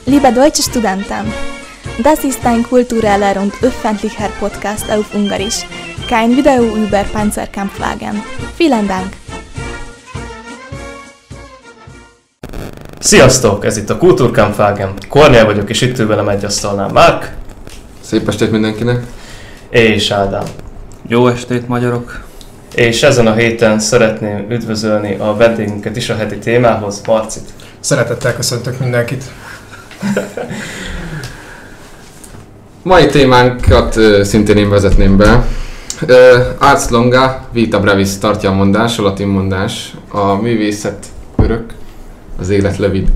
Liebe deutsche Studenten, das ist ein kultureller und öffentlicher Podcast auf Ungarisch. Kein Video über Panzerkampfwagen. Vielen Dank! Sziasztok! Ez itt a Kultúrkampfwagen. Kornél vagyok, és itt ül velem egy asztalnál Márk. Szép estét mindenkinek! És Ádám. Jó estét, magyarok! És ezen a héten szeretném üdvözölni a vendégünket is a heti témához, Marcit. Szeretettel köszöntök mindenkit! Mai témánkat szintén én vezetném be. Ars longa, vita brevis tartja a mondás, a latin mondás. A művészet örök, az élet rövid.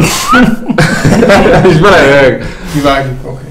És belejövök! Kivágjuk, oké.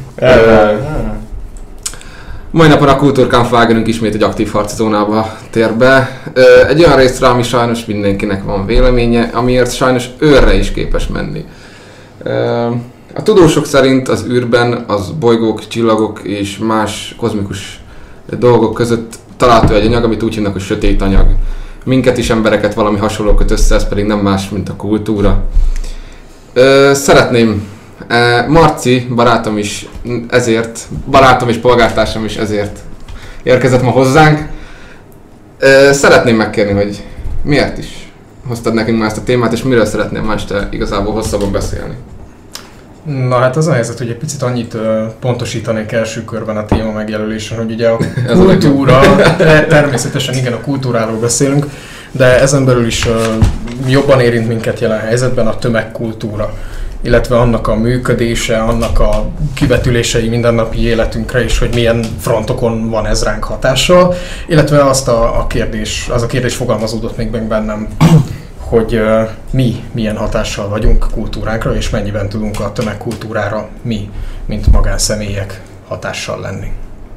Mai napon a Kultúrkampfwagenünk ismét egy aktív harczónába tér be. Egy olyan részre, ami sajnos mindenkinek van véleménye, amiért sajnos őrre is képes menni. A tudósok szerint az űrben az bolygók, csillagok és más kozmikus dolgok között található egy anyag, amit úgy hívnak, hogy sötét anyag. Minket is, embereket valami hasonló köt össze, ez pedig nem más, mint a kultúra. Szeretném, Marci, barátom is ezért, barátom és polgártársam is ezért érkezett ma hozzánk. Szeretném megkérni, hogy miért is hoztad nekünk már ezt a témát, és miről szeretném ma este igazából hosszabban beszélni. Na hát az a helyzet, hogy egy picit annyit pontosítanék első körben a téma megjelölésen, hogy ugye a kultúra, természetesen igen, a kultúráról beszélünk, de ezen belül is jobban érint minket jelen helyzetben a tömegkultúra, illetve annak a működése, annak a kivetülései mindennapi életünkre is, hogy milyen frontokon van ez ránk hatással, illetve az a kérdés fogalmazódott még meg bennem, hogy mi milyen hatással vagyunk kultúránkra, és mennyiben tudunk a tömegkultúrára mi, mint magánszemélyek hatással lenni.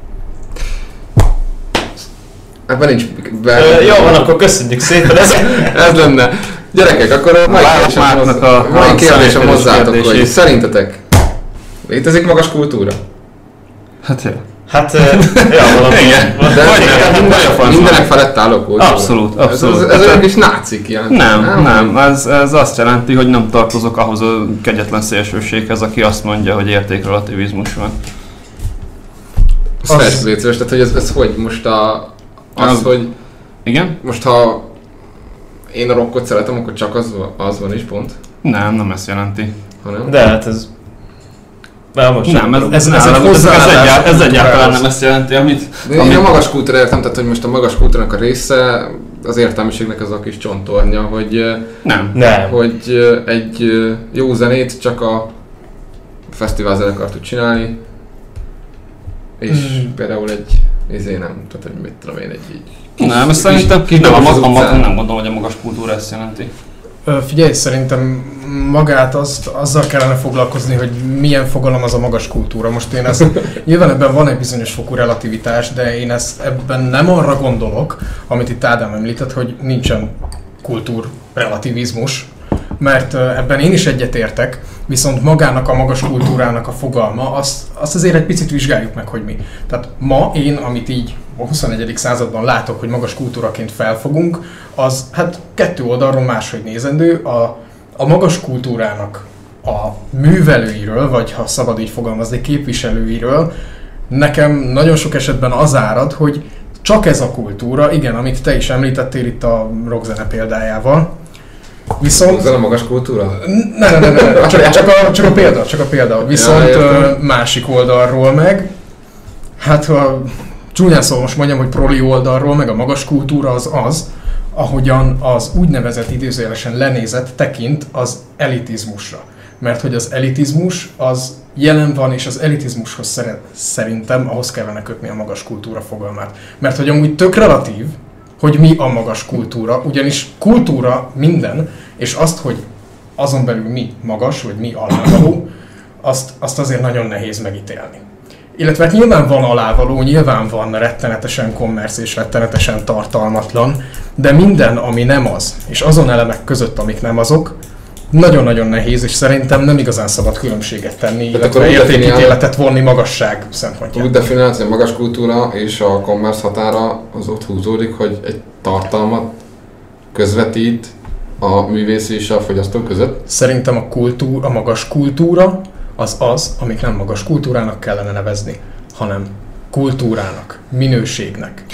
Ebben nincs Jó van, akkor köszönjük szépen. Ez lenne. Gyerekek, akkor a mai kérdésem hozzátok, hogy szerintetek létezik magas kultúra? Hát jó. Hát, valami. De mindenek felett álló kultúra. Abszolút. Ez olyan kis nácik ilyen. Nem. Ez azt jelenti, hogy nem tartozok ahhoz a kegyetlen szélsőséghez, aki azt mondja, hogy értékrelativizmus van. Az feleslétszeres, tehát hogy ez hogy most hogy... Igen? Most ha én a rockot szeretem, akkor csak az van is pont? Nem ezt jelenti. Hanem? De hát ez... Ez egyáltalán nem ezt jelenti, amit... Én a magas kultúra értem, tehát hogy most a magas kultúrának a része az értelmiségnek az a kis csontornya, hogy... Nem. Hogy egy jó zenét csak a fesztivál zenekar tud csinálni, és például tehát hogy mit tudom én, Nem, ezt szerintem nem gondolom, hogy a magas kultúra ezt jelenti. Figyelj, szerintem magát azzal kellene foglalkozni, hogy milyen fogalom az a magas kultúra. Most én nyilván ebben van egy bizonyos fokú relativitás, de én ebben nem arra gondolok, amit itt Ádám említett, hogy nincsen kultúrrelativizmus, mert ebben én is egyetértek, viszont magának a magas kultúrának a fogalma, azt azért egy picit vizsgáljuk meg, hogy mi. Tehát ma én, amit így a 21. században látok, hogy magas kultúraként felfogunk, az hát kettő oldalról máshogy nézendő. A magas kultúrának a művelőiről, vagy ha szabad így fogalmazni, képviselőiről nekem nagyon sok esetben az árad, hogy csak ez a kultúra, igen, amit te is említettél itt a rockzene példájával, viszont... Ez a magas kultúra? Nem. Csak a példa. Viszont másik oldalról meg, hát ha csúnyán szóval most mondjam, hogy proli oldalról meg a magas kultúra az, ahogyan az úgynevezett idézőjelesen lenézett tekint az elitizmusra. Mert hogy az elitizmus az jelen van, és az elitizmushoz szerintem ahhoz kellene kötni a magas kultúra fogalmát. Mert hogy amúgy tök relatív, hogy mi a magas kultúra, ugyanis kultúra minden, és azt, hogy azon belül mi magas, vagy mi alávaló, azt azért nagyon nehéz megítélni. Illetve nyilván van alávaló, nyilván van rettenetesen kommerc és rettenetesen tartalmatlan, de minden, ami nem az, és azon elemek között, amik nem azok, nagyon-nagyon nehéz, és szerintem nem igazán szabad különbséget tenni, illetve értékítéletet vonni magasság szempontjából. Úgy definiálsz, hogy a magas kultúra és a commerce határa az ott húzódik, hogy egy tartalmat közvetít a művész és a fogyasztó között? Szerintem a magas kultúra az, amit nem magas kultúrának kellene nevezni, hanem kultúrának, minőségnek.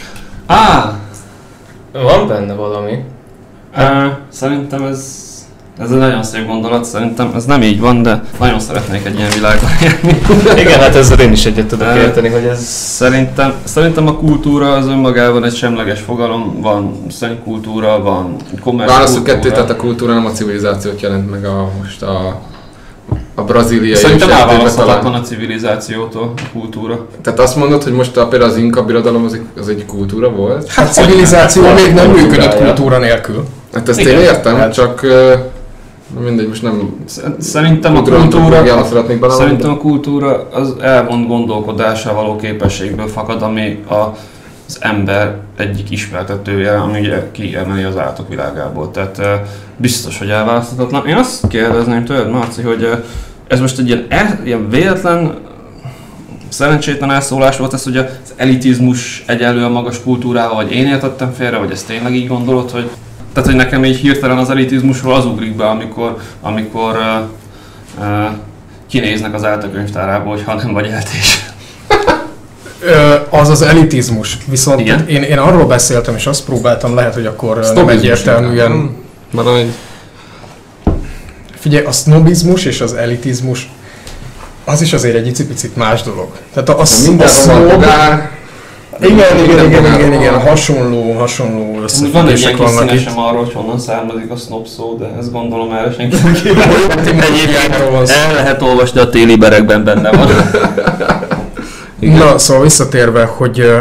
Van benne valami. Szerintem ez egy nagyon szép gondolat, szerintem ez nem így van, de nagyon szeretnék egy ilyen világban élni. Igen, hát ezzel én is egyet tudok érteni, hogy ez... Szerintem a kultúra az önmagában egy semleges fogalom, van szentkultúra, van kommersz Válaszuk kultúra. kettőt, tehát a kultúra nem a civilizációt jelent meg most a brazíliai... Szerintem elválaszthatatlan a civilizációtól a kultúra. Tehát azt mondod, hogy most például az Inka birodalom az egy kultúra volt? Hát civilizáció még nem működött kultúra nélkül. Hát ezt Igen. én értem, csak mindegy, most nem... Szerintem a kultúra az elvont gondolkodásra való képességből fakad, ami az ember egyik ismertetője, ami ugye kiemeli az állatok világából. Tehát biztos, hogy elválaszthatatlan. Én azt kérdezném tőled, Marci, hogy ez most egy ilyen véletlen, szerencsétlen elszólás volt ez, hogy az elitizmus egyenlő a magas kultúrával, vagy én értettem félre, vagy ezt tényleg így gondolod, hogy... Tehát, hogy nekem így hirtelen az elitizmusról az ugrik be, amikor kinéznek az áltakönyvtárából, hogyha nem vagy eltés. Az elitizmus, viszont én arról beszéltem, és azt próbáltam, lehet, hogy akkor nem egyértelműen... Figyelj, a sznobizmus és az elitizmus az is azért egy icipicit más dolog. Tehát a snob... Igen, hasonló van egy összefüggések ilyen kis vannak itt. színesem arról, hogy honnan származik a snob szó, de ezt gondolom erre senki nem kíván. El lehet olvasni, a téli berekben benne van. Na, szóval visszatérve, hogy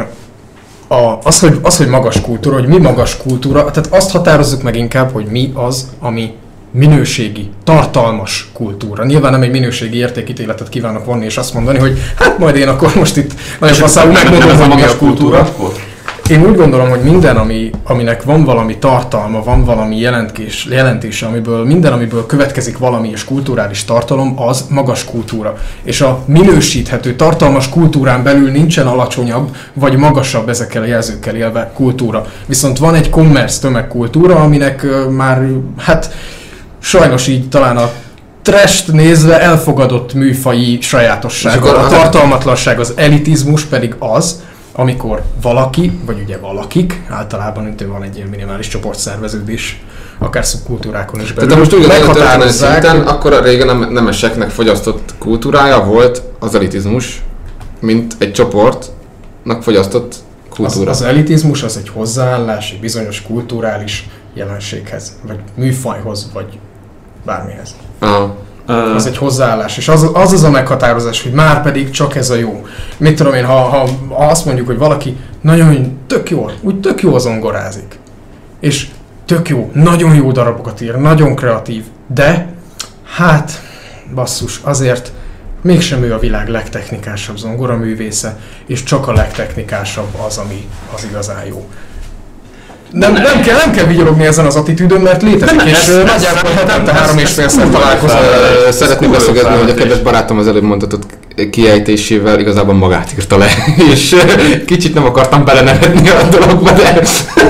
az, hogy magas kultúra, hogy mi magas kultúra, tehát azt határozzuk meg inkább, hogy mi az, ami minőségi, tartalmas kultúra. Nyilván nem egy minőségi értékítéletet kívánok vonni és azt mondani, hogy hát majd én akkor most itt nagyon faszául megmondom, hogy mi a kultúra. Én úgy gondolom, hogy minden, aminek van valami tartalma, van valami jelentése, amiből következik valami és kulturális tartalom, az magas kultúra. És a minősíthető, tartalmas kultúrán belül nincsen alacsonyabb vagy magasabb ezekkel a jelzőkkel élve kultúra. Viszont van egy commerce tömegkultúra, aminek már hát sajnos így talán a trash-t nézve elfogadott műfaji sajátosság. A tartalmatlanság, az elitizmus pedig az, amikor valaki, vagy ugye valakik, általában van egy ilyen minimális csoportszerveződés, akár szubkultúrákon is belül. Tehát most úgy meghatározzák, szinten, akkor a régen nemeseknek fogyasztott kultúrája volt az elitizmus, mint egy csoportnak fogyasztott kultúra. Az elitizmus az egy hozzáállás egy bizonyos kulturális jelenséghez, vagy műfajhoz, vagy bármihez. Az egy hozzáállás, és az a meghatározás, hogy már pedig csak ez a jó. Mit tudom én, ha azt mondjuk, hogy valaki nagyon tök jó zongorázik, és tök jó, nagyon jó darabokat ír, nagyon kreatív, de hát basszus, azért mégsem ő a világ legtechnikásabb zongoraművésze, és csak a legtechnikásabb az, ami az igazán jó. Nem kell vigyorogni ezen az attitűdön, mert létezik, és nagyjából hetente 3,5-szer találkozom. Szeretnék beszélgetni, hogy a kedves barátom az előbb mondhatott kiejtésével igazából magát írta le, és kicsit nem akartam belenevetni a dologba, de...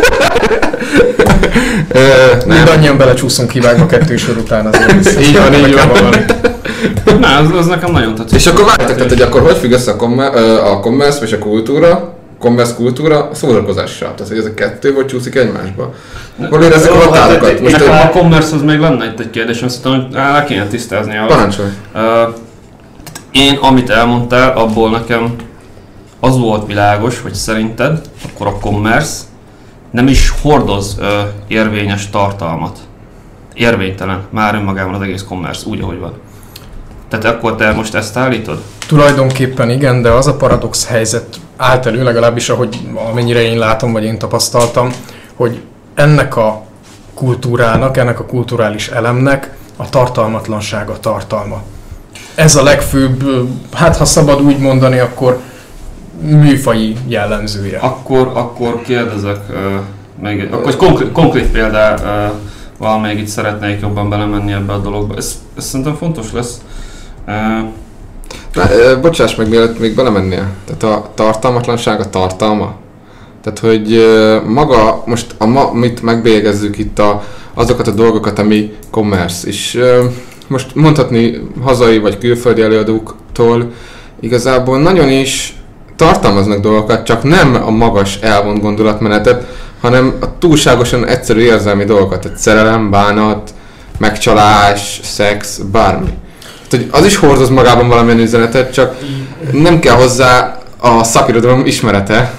Mindannyian belecsúszunk kivágva 2 sor után azért. Így van. Na, az nekem nagyon tetszik. És akkor várjátok, tehát, hogy akkor hogy függ össze a commerce és a kultúra, commerce kultúra szórakozással? Tehát, hogy ez a kettő vagy csúszik egymásba? Akkor érezzük a határokat. Nekem a commerce-hoz még lenne itt egy kérdés, azt hiszem, hogy el kéne tisztázni. Parancsolj! Én, amit elmondtál, abból nekem az volt világos, hogy szerinted akkor a commerce nem is hordoz érvényes tartalmat. Érvénytelen már önmagában az egész commerce, úgy, ahogy van. Tehát akkor te most ezt állítod? Tulajdonképpen igen, de az a paradox helyzet állt elő, legalábbis amennyire én látom, vagy én tapasztaltam, hogy ennek a kultúrának, ennek a kulturális elemnek a tartalmatlansága tartalma. Ez a legfőbb, hát ha szabad úgy mondani, akkor műfaji jellemzője. Akkor kérdezek akkor egy konkrét példával még itt szeretnék jobban belemenni ebbe a dologba. Ez szerintem fontos lesz. Bocsáss meg, mielőtt még belemennél. Tehát a tartalmatlanság a tartalma. Tehát, hogy maga, most mit megbélyegezzük itt azokat a dolgokat, ami commerce. És most mondhatni hazai vagy külföldi előadóktól igazából nagyon is tartalmaznak dolgokat, csak nem a magas elvont gondolatmenetet, hanem a túlságosan egyszerű érzelmi dolgokat, tehát szerelem, bánat, megcsalás, szex, bármi. Tehát, az is hordoz magában valamilyen üzenetet, csak nem kell hozzá a szakirodalom ismerete,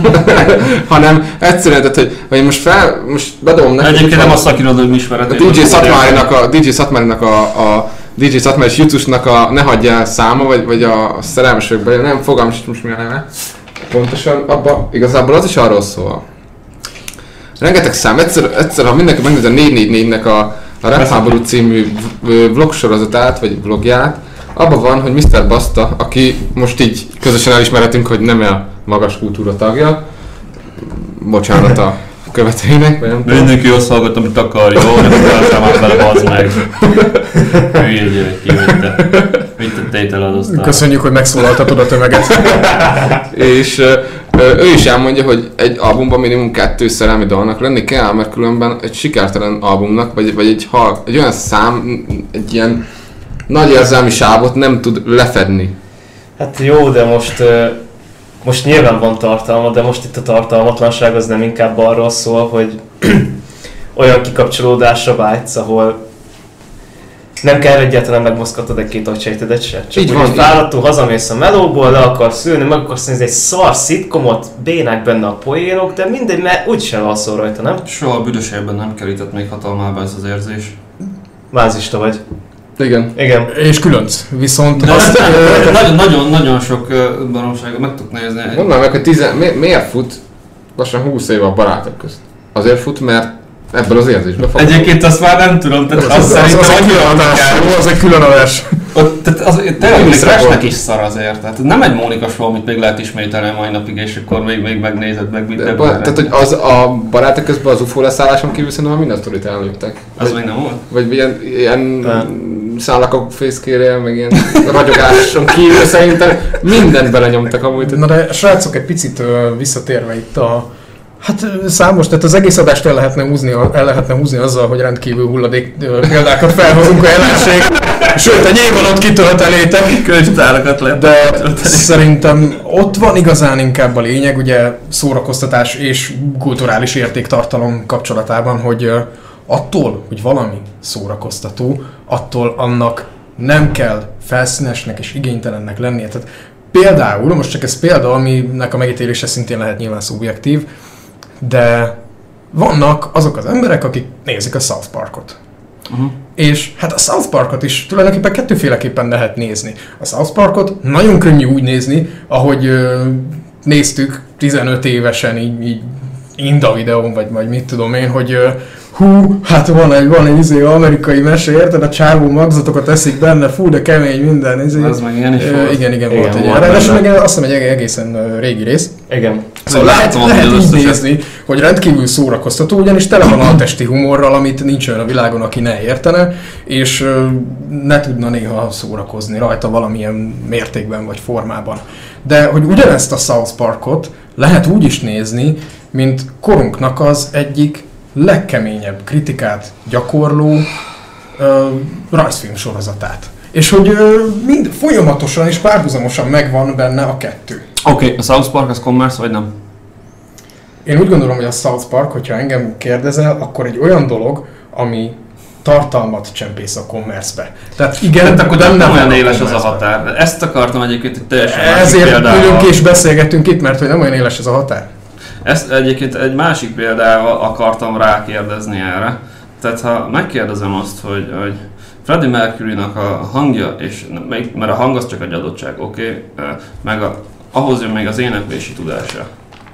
hanem egyszerűen, tehát, hogy most bedobom neki... Egyébként nem a szakirodalom ismerete. A DJ Szatmárinak a DJ Szatmár és Jutusnak a Ne hagyjál száma, vagy a szerelmesökben, nem fogalmam is most mi a neve. Pontosan, abban igazából az is arról szól. Rengeteg szám, egyszer ha mindenki megnézi a 444-nek a Rap Háború című vlogsorozatát, vagy vlogját, abban van, hogy Mr. Basta, aki most így közösen elismerhetünk, hogy nem a magas kultúra tagja. Bocsánat a követőinek, vagy nem tudom. Mindenki azt hallgat, amit akar, jó? Nem akartál már bele, bazd meg. Hülye gyerek, ki, mit te tételadoztál. Köszönjük, hogy megszólaltatod a tömeget. És ő is elmondja, hogy egy albumban minimum 2 szerelmi dalnak lenni kell, mert különben egy sikertelen albumnak, vagy egy olyan szám, egy ilyen nagy érzelmi sávot nem tud lefedni. Hát jó, de most nyilván van tartalma, de most itt a tartalmatlanság az nem inkább arról szól, hogy olyan kikapcsolódásra vágysz, ahol nem kell egyáltalán megmozgatod egy-két agysejtedet se. Csak úgy fáradtul hazamész a melóból, le akarsz ülni, meg akarsz nézni egy szar szitkomot, bénák benne a poénok, de mindegy, mert úgyse alszol rajta, nem? Soha büdösében nem kerített még hatalmába ez az érzés. Mázista vagy. Igen. És különc, viszont... Nagyon sok baromságot meg tudok nézni. Mondd meg, hogy miért fut lassan 20 éve a barátok közt? Azért fut, mert ebből az érzésből fog. Egyébként azt már nem tudom, tehát azt szerintem az egy külön adás. Tényleg még Crashnek is szar azért, tehát nem egy Mónika show, amit még lehet ismételni a mai napig, és akkor még megnézed meg minden. Tehát, hogy az a barátok közben az UFO leszálláson kívül szerintem minden sztorit előttek. Az még nem volt? Vagy ilyen szállakok fészkére, meg ilyen ragyogáson kívül szerintem mindent belenyomtak amúgy. Na de srácok, egy picit visszatérve itt számos, tehát az egész adást el lehetne húzni azzal, hogy rendkívül hulladék példákat felhozunk a jelenség. Sőt, egy év alatt kitöltelétek. Könyvtárakat lehet. De szerintem ott van igazán inkább a lényeg, ugye szórakoztatás és kulturális értéktartalom kapcsolatában, hogy attól, hogy valami szórakoztató, attól annak nem kell felszínesnek és igénytelennek lennie. Tehát például, most csak ez példa, aminek a megítélése szintén lehet nyilván szubjektív, de vannak azok az emberek, akik nézik a South Parkot. És hát a South Parkot is tulajdonképpen kettőféleképpen lehet nézni. A South Parkot nagyon könnyű úgy nézni, ahogy néztük 15 évesen így Inda videón, vagy mit tudom én, hogy hát van egy amerikai mese, érted? A csávó magzatokat eszik benne, de kemény minden. Az meg ilyen is volt. Igen, volt egy ilyen. Ráadásul meg azt hiszem egy egészen régi rész. Igen. Szóval lehet így nézni, hogy rendkívül szórakoztató, ugyanis tele van altesti humorral, amit nincs olyan a világon, aki ne értene, és ne tudna néha szórakozni rajta valamilyen mértékben vagy formában. De hogy ugyanezt a South Parkot lehet úgy is nézni, mint korunknak az egyik legkeményebb kritikát gyakorló rajzfilm sorozatát. És hogy mind folyamatosan és párhuzamosan megvan benne a kettő. Oké, a South Park az commerce vagy nem? Én úgy gondolom, hogy a South Park, hogyha engem kérdezel, akkor egy olyan dolog, ami tartalmat csempész a commerce-be. Tehát igen, akkor nem olyan éles az a határ. Ezt akartam egyébként egy teljesen másik példával. Ezért ülünk és beszélgetünk itt, mert hogy nem olyan éles ez a határ. Ezt egyébként egy másik példával akartam rákérdezni erre. Tehát ha megkérdezem azt, hogy Freddie Mercury-nak a hangja, és mert a hang az csak egy adottság, oké? Meg ahhoz jön még az éneklési tudása.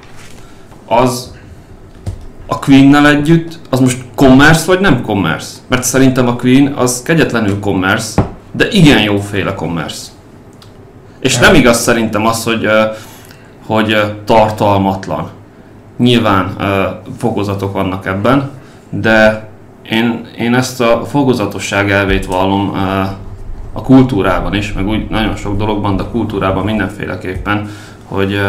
Az a Queen-nel együtt, az most commerce vagy nem commerce? Mert szerintem a Queen az kegyetlenül commerce, de igen jóféle commerce. És nem igaz szerintem az, hogy tartalmatlan. Nyilván fokozatok vannak ebben, de én ezt a fokozatosság elvét vallom a kultúrában is, meg úgy nagyon sok dologban, de a kultúrában mindenféleképpen, hogy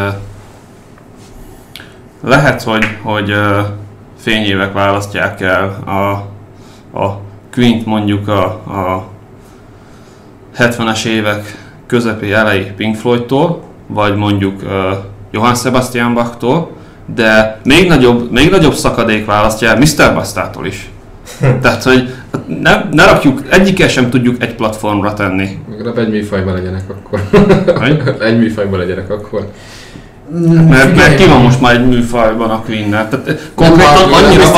lehet, hogy fényévek választják el a Queen-t mondjuk a 70-es évek közepi elejé Pink Floydtól, vagy mondjuk Johann Sebastian Bachtól, de még nagyobb szakadék választja el Mr. Bastától is. Tehát, hogy ne rakjuk, egyikkel sem tudjuk egy platformra tenni. Legalább egy műfajban legyenek akkor. Egy műfajban legyenek akkor. Mert ki van most már egy műfajban a Queen-nel. Tehát konkrétan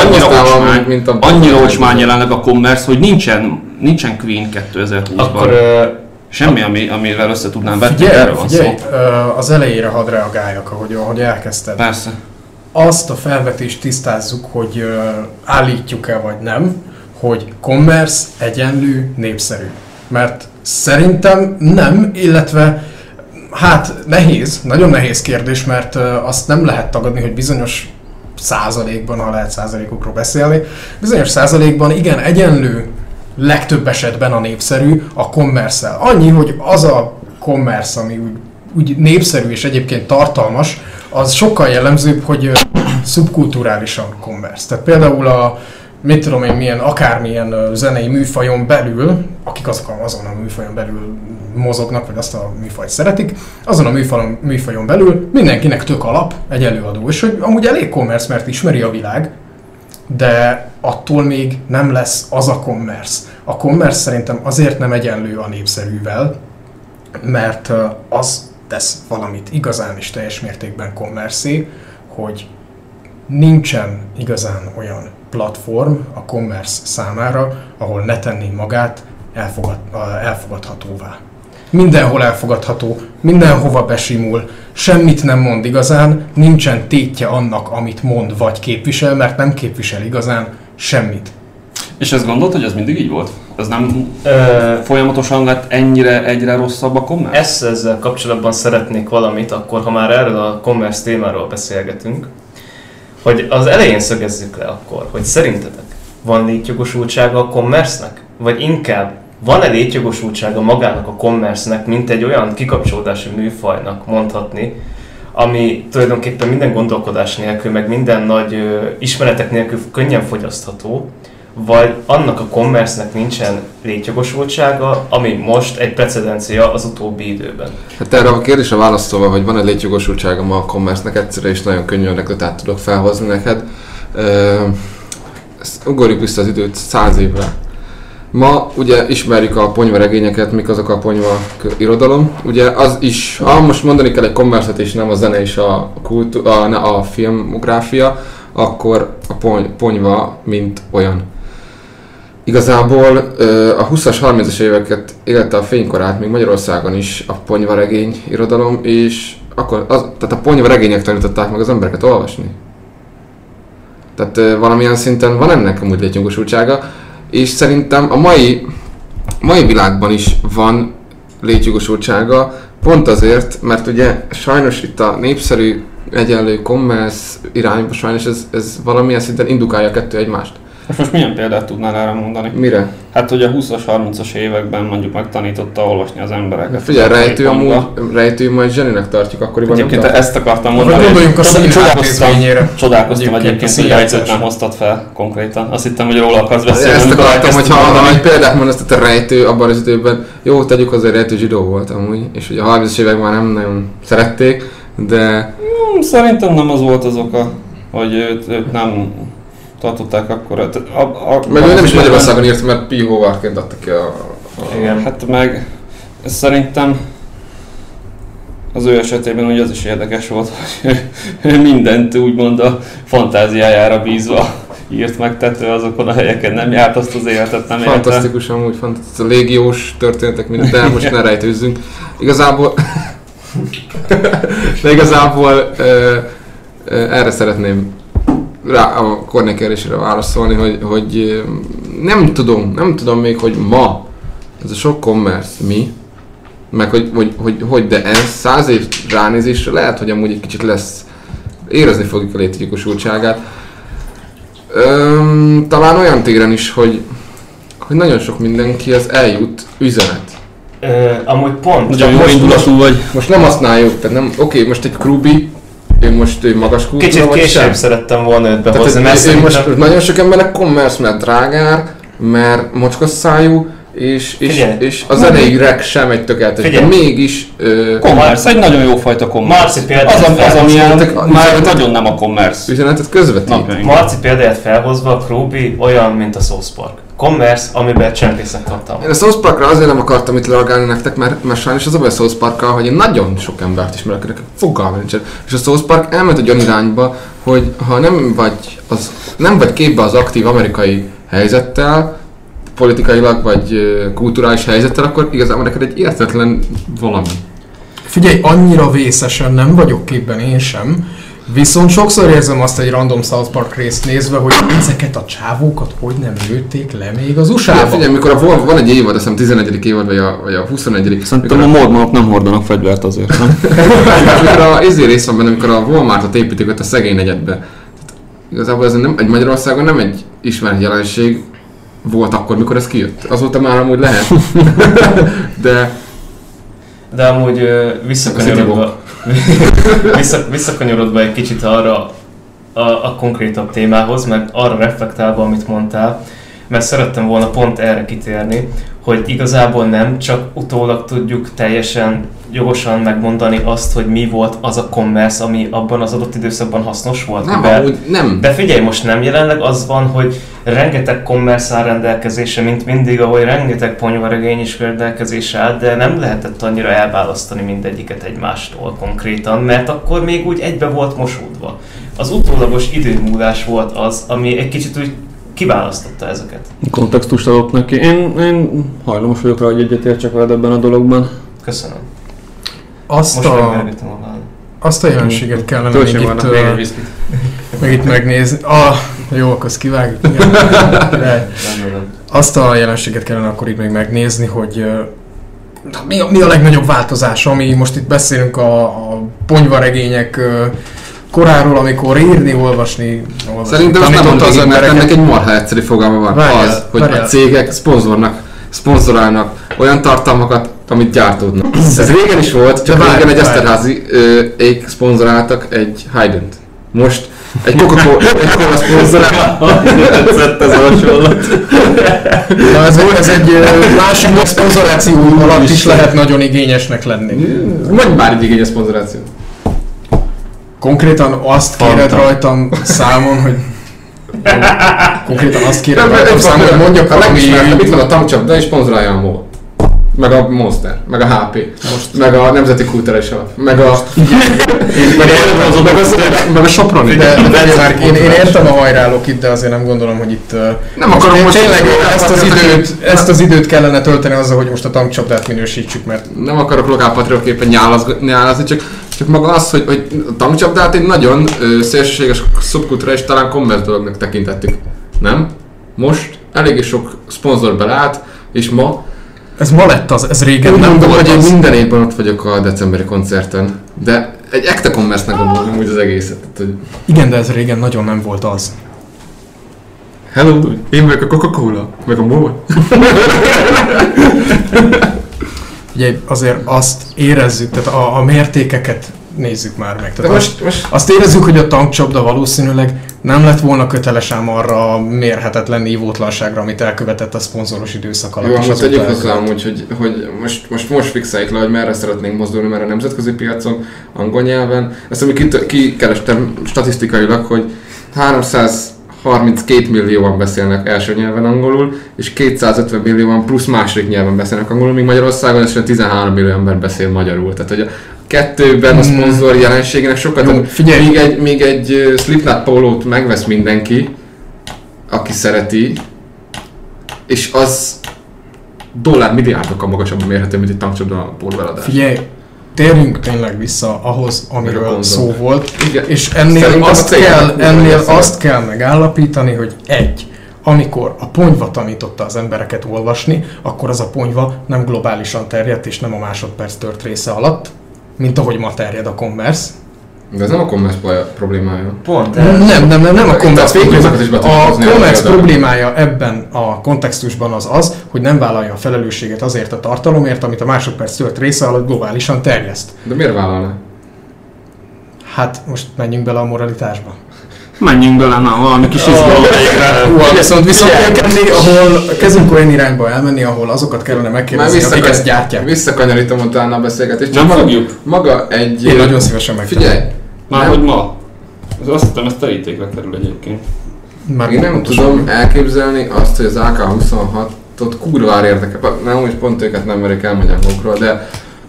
annyira ocsmány jelenleg a Commerce, hogy nincsen Queen 2020-ban. Akkor semmi, amivel össze tudnám vetni, erről van szó. Az elejére hadd reagáljak, ahogy elkezdted. Persze. Azt a felvetést tisztázzuk, hogy állítjuk-e vagy nem, hogy commerce egyenlő népszerű. Mert szerintem nem, illetve hát nagyon nehéz kérdés, mert azt nem lehet tagadni, hogy bizonyos százalékban, ha lehet százalékokról beszélni, bizonyos százalékban igen egyenlő, legtöbb esetben a népszerű a commerce-el. Annyi, hogy az a commerce, ami úgy népszerű és egyébként tartalmas, az sokkal jellemzőbb, hogy szubkulturálisan commerce. Tehát például mit tudom én, akármilyen zenei műfajon belül, akik azon a műfajon belül mozognak, vagy azt a műfajt szeretik, azon a műfajon belül mindenkinek tök alap egy előadó, és hogy amúgy elég commerce, mert ismeri a világ, de attól még nem lesz az a commerce. A commerce szerintem azért nem egyenlő a népszerűvel, mert az tesz valamit igazán és teljes mértékben commerce-é, hogy nincsen igazán olyan platform a commerce számára, ahol ne tenné magát elfogadhatóvá. Mindenhol elfogadható, mindenhova besimul, semmit nem mond igazán, nincsen tétje annak, amit mond vagy képvisel, mert nem képvisel igazán semmit. És ezt gondolt, hogy ez mindig így volt? Ez nem folyamatosan lett egyre rosszabb a commerce? Ezzel kapcsolatban szeretnék valamit, akkor ha már erről a commerce témáról beszélgetünk, hogy az elején szögezzük le akkor, hogy szerintetek van létjogosultsága a commerce-nek? Vagy inkább van-e létjogosultsága magának a commerce-nek, mint egy olyan kikapcsolódási műfajnak mondhatni, ami tulajdonképpen minden gondolkodás nélkül, meg minden nagy ismeretek nélkül könnyen fogyasztható, vagy annak a commerce-nek nincsen létjogosultsága, ami most egy precedencia az utóbbi időben. Hát erre a kérdésre válaszolva, hogy van-e létjogosultsága ma a commerce-nek, egyszerre is nagyon könnyű anekdotát tudok felhozni neked. Ezt ugorjuk vissza az időt 100 évre. Ma ugye ismerjük a ponyvaregényeket, mik azok a ponyva irodalom. Ugye az is, ha most mondani kell egy commerce-et és nem a zene és a filmográfia, akkor a ponyva mint olyan. Igazából a 20-as, 30-as éveket élte a fénykorát, még Magyarországon is a ponyvaregény irodalom, és akkor tehát a ponyvaregények tanították meg az embereket olvasni. Tehát valamilyen szinten van ennek amúgy létjogosultsága, és szerintem a mai világban is van létjogosultsága, pont azért, mert ugye sajnos itt a népszerű egyenlő commerce irányba sajnos ez valamilyen szinten indukálja a kettő egymást. Most milyen példát tudnál erre mondani? Mire? Hát, hogy a 20-as, 30-as években mondjuk megtanította olvasni az embereket. Figyelj, Rejtő majd zseninek tartjuk, akkoriban egyébként nem ezt akartam mondani. Gondoljunk a színhátrészvényére. Csodálkoztam egyébként, hogy Rejtőt nem hoztad fel konkrétan. Azt hittem, hogy róla akarsz beszélni. Ezt akartam, hogy ha egy példát mondasz, tehát a Rejtő abban az időben, jó, tegyük hozzá, hogy Rejtő zsidó volt amúgy, és ugye a 30-as években már nem nagyon szerették, de... Szerintem nem az volt az oka, hogy őt nem tartották akkor. Meg ő nem is Magyarországon írt, mert P. Howardként adta ki Igen, hát meg szerintem az ő esetében ugye az is érdekes volt, hogy ő mindent úgymond a fantáziájára bízva írt meg, tehát ő azokon a helyeken nem járt, azt az életet nem élte. Fantasztikus amúgy, fantasztikus. A légiós történetek mindent, de most ne rejtőzzünk. Igazából erre szeretném a Kornél kérdésére válaszolni, hogy nem tudom még, hogy ma ez a sok commerce mi, meg hogy de ez 100 év ránézésre lehet, hogy amúgy egy kicsit lesz, érezni fogjuk a létjogosultságát. Talán olyan téren is, hogy nagyon sok mindenki az eljut üzenet. Amúgy pont. Nagyon jó indulatú vagy. Most nem használjuk, tehát nem, oké, most egy Krubi, ő magas kultúra, kicsit később szerettem volna őt behozni, mert most nagyon sok embernek commerce, mert drágár, mert mocskos szájú, és a zenei reg sem egy tökéletes, de mégis... Commerce, egy nagyon jó fajta commerce. Az amilyen már nagyon nem a commerce. Üzenetet közvetít. Marci példáját felhozva, a Krúbi olyan, mint a South Park. Commerce, amiben csempésznek tartalmat. Én a South Parkra azért nem akartam itt reagálni nektek, mert sajnos az a baj a South Parkkal, hogy én nagyon sok embert ismerek, akinek fogalmam nincsen. És a South Park elment egy olyan irányba, hogy ha nem vagy képbe az aktív amerikai helyzettel, politikailag vagy kulturális helyzettel, akkor igazából neked egy értetlen valami. Figyelj, annyira vészesen nem vagyok képben én sem, viszont sokszor érzem azt egy random South Park részt nézve, hogy ezeket a csávókat hogy nem lőtték le még az USA-ban. Figyelj, mikor van egy évad, azt hiszem 11. évad, vagy a 21. Szerintem a mormonok nem hordanak fegyvert azért, nem? Mikor ezért rész van benne, amikor a Walmartot építik ott a szegény negyedbe. Igazából ez egy Magyarországon nem egy ismert jelenség volt akkor, mikor ez kijött. Azóta már amúgy lehet. De amúgy visszakanyarodva egy kicsit arra a konkrétabb témához, meg arra reflektálva, amit mondtál, mert szerettem volna pont erre kitérni, hogy igazából nem csak utólag tudjuk teljesen jogosan megmondani azt, hogy mi volt az a commerce, ami abban az adott időszakban hasznos volt. Nem. De figyelj, most nem jelenleg az van, hogy rengeteg commerce áll rendelkezésre, mint mindig, ahogy rengeteg ponyvaregény is rendelkezésre áll, de nem lehetett annyira elválasztani mindegyiket egymástól konkrétan, mert akkor még úgy egybe volt mosódva. Az utólagos időmúlás volt az, ami egy kicsit úgy kiválasztotta ezeket. Kontextust adott neki. Én hajlamos vagyok rá, hogy egyetértsek veled ebben a dologban. Köszönöm. Azt a jelenséget kellene még itt megnézni. Jó, akkor azt kivágjuk. Azt a jelenséget kellene akkor itt még megnézni, hogy mi a legnagyobb változás, ami most itt beszélünk a ponyvaregények koráról, amikor írni, olvasni. Szerintem most nem mondta az emberek, ennek egy marha egyszerű fogalma van. Az, hogy a cégek szponzorálnak olyan tartalmakat, amit gyártódnak. Ez régen is volt, csak régen egy Eszterházi ék szponzoráltak egy Haydn-t. Most egy Coca-Cola szponzorál. Tetszett ez a hasonlat. Ez egy másik szponzoráció alatt is lehet nagyon igényesnek lenni. Mondj már egy igényes szponzoráció. Konkrétan azt kéred rajtam számon, hogy... Konkrétan azt kéred rajtam számon, hogy mondjak valami... Itt van a tankcsapda és szponzorálja a MOL. Meg a Monster, meg a HP, meg a Nemzeti Kulturális Alap, meg a... meg a Soproni. Én értem a hajrálok itt, de azért nem gondolom, hogy itt... Nem akarom most... Tényleg ezt az időt kellene tölteni azzal, hogy most a tankcsapdát minősítsük, mert... Nem akarok lokálpatrióképpen nyálazni, csak maga az, hogy a tankcsapdát egy nagyon szélsőséges szubkulturális, talán commerce dolognak tekintettük. Nem? Most eléggé sok szponzor beleállt, és ma... Ez ma lett ez régen nem volt hogy én minden évben ott vagyok a decemberi koncerten, de egy ekte commerce-nek gondolom úgy az egészet. Hogy... Igen, de ez régen nagyon nem volt az. Hello, én vagyok a Coca-Cola, meg a MOL. Ugye azért azt érezzük, tehát a mértékeket nézzük már meg. Tehát most azt érezzük, hogy a tankcsapda valószínűleg nem lett volna köteles ám arra a mérhetetlen nívótlanságra, amit elkövetett a szponzoros időszak alatt. Jó, most tegyük hozzá amúgy, hogy most fixáljuk le, hogy merre szeretnénk mozdulni, mert a nemzetközi piacon, angol nyelven. Ezt amit kikerestem statisztikailag, hogy 332 millióan beszélnek első nyelven angolul, és 250 millióan plusz második nyelven beszélnek angolul, míg Magyarországon esetleg 13 millió ember beszél magyarul. Tehát, hogy a kettőben a szponzor jelenségének sokat... Még egy Slipknot pólót megvesz mindenki, aki szereti, és az dollármilliárdokkal magasabban mérhető, mint egy tankcsapda pólóeladás. Figyelj, térjünk tényleg vissza ahhoz, amiről szó volt, igen. És ennél azt kell megállapítani, hogy amikor a ponyva tanította az embereket olvasni, akkor az a ponyva nem globálisan terjedt, és nem a másodperc tört része alatt, mint ahogy ma terjed a commerce. De ez nem a commerce problémája. Pont. Nem a commerce problémája. A commerce problémája ebben a kontextusban az, hogy nem vállalja a felelősséget azért a tartalomért, amit a másodperc tört része alatt globálisan terjeszt. De miért vállalna? Hát most menjünk bele a moralitásba. Menjünk bele, na, valami kis izgalom végre. Viszont kell kenni, ahol kezdünk olyan irányba elmenni, ahol azokat kellene megkérdezni, akik ezt gyártják. Visszakanyarítom utána a beszélgetést. Nem fogjuk? Maga egy... Én nagyon szívesen megtenni. Figyelj! Már hogy ma? Azt hittem, ez terítékre kerül egyébként. Én nem tudom elképzelni azt, hogy az AK-26-ot kurvára érdekel. Nem, úgy pont őket nem merik elmegyek magukról, de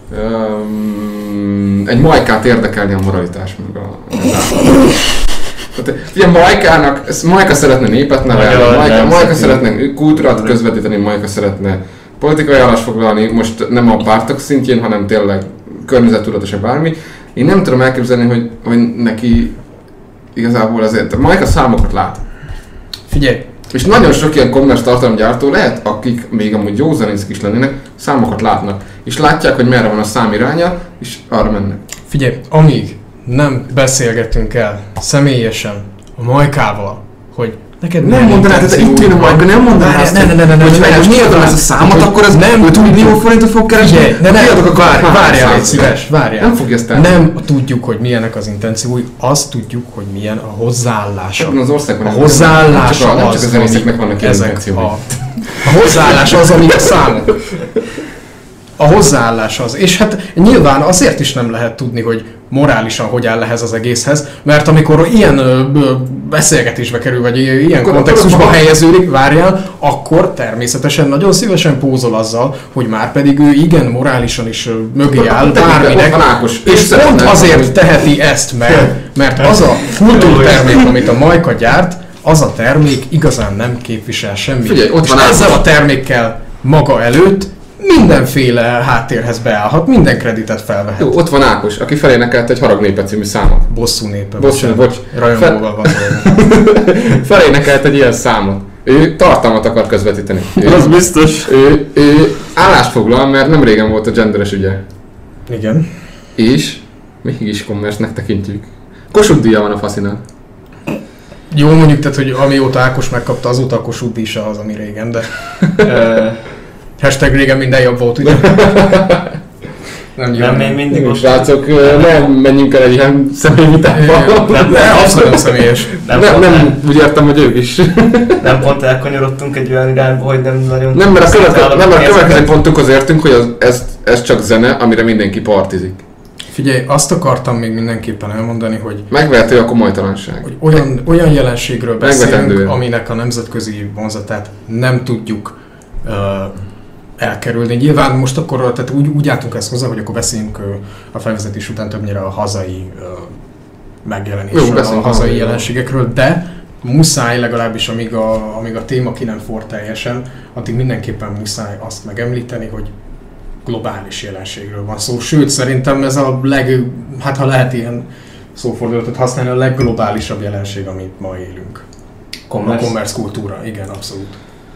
egy majkát érdekelni a moralitás meg ugye Majka szeretne népet nevelni, Majka szeretne kultúrát közvetíteni, Majka szeretne politikai állást foglalni, most nem a pártok szintjén, hanem tényleg környezettudatosan bármi. Én nem tudom elképzelni, hogy neki igazából azért, Majka számokat lát. Figyelj! És nagyon sok ilyen commerce tartalomgyártó lehet, akik még amúgy jó zenészek is lennének, számokat látnak. És látják, hogy merre van a szám iránya, és arra mennek. Figyelj, amíg nem beszélgetünk el személyesen a Majkával, hogy neked nem mondanád, ez itt jön a Majka, nem mondanád azt, hogy miadom ezt a számot, akkor ez nem 5 millió forintot fog keresni? Várjál, légy szíves, várjál. Nem fogja ezt elni. Nem tudjuk, hogy milyenek az intenciói, azt tudjuk, hogy milyen a hozzáállása. Az országban a hozzáállása nem csak a zenészeknek vannak ilyen intenciói. A hozzáállás az, ami a számok. A hozzáállás az. És hát nyilván azért is nem lehet tudni, hogy morálisan hogy áll ehhez az egészhez, mert amikor ilyen beszélgetésbe kerül, vagy ilyen kontextusba helyeződik, várjál, akkor természetesen nagyon szívesen pózol azzal, hogy már pedig ő igen morálisan is mögé áll bárminek, és pont azért teheti ezt meg, mert az a kultúrtermék, amit a Majka gyárt, az a termék igazán nem képvisel semmit. Figyelj, ott van ezzel a termékkel maga előtt mindenféle háttérhez beállhat, minden kreditet felvehet. Jó, ott van Ákos, aki felénekelt egy Harag népe című számot. Bosszú népe. Bocs. Rajongóval van. Felénekelt egy ilyen számot. Ő tartalmat akar közvetíteni. Az biztos. Ő állást foglal, mert nem régen volt a genderes ügye. Igen. És mégis commerce-nek tekintjük. Kossuth díja van a faszinál. Jó, mondjuk, tehát, hogy amióta Ákos megkapta, azóta a Kossuth díj se az, ami régen, de... Hashtag régen minden jobb volt, ugye? Nem én mindig most. Srácok, nem menjünk el egy ilyen személyvitába. Nem, abszolút nem személyes. Nem, úgy értem, hogy ők is. Nem pont elkanyarodtunk egy olyan irányba, hogy nem nagyon... Nem, mert a következő pontunkhoz értünk, hogy ez csak zene, amire mindenki partizik. Figyelj, azt akartam még mindenképpen elmondani, hogy... Megvehető a komolytalanság. Hogy olyan jelenségről beszélünk, aminek a nemzetközi vonzatát nem tudjuk elkerülni. Nyilván most akkor tehát úgy álltunk ezt hozzá, hogy akkor beszéljünk a felvezetés után többnyire a hazai megjelenésről, a hazai jelenségekről, de muszáj legalábbis, amíg a téma ki nem for teljesen, addig mindenképpen muszáj azt megemlíteni, hogy globális jelenségről van szó. Sőt, szerintem ez a hát ha lehet ilyen szófordulatot használni, a legglobálisabb jelenség, amit ma élünk. A commerce kultúra, igen, abszolút.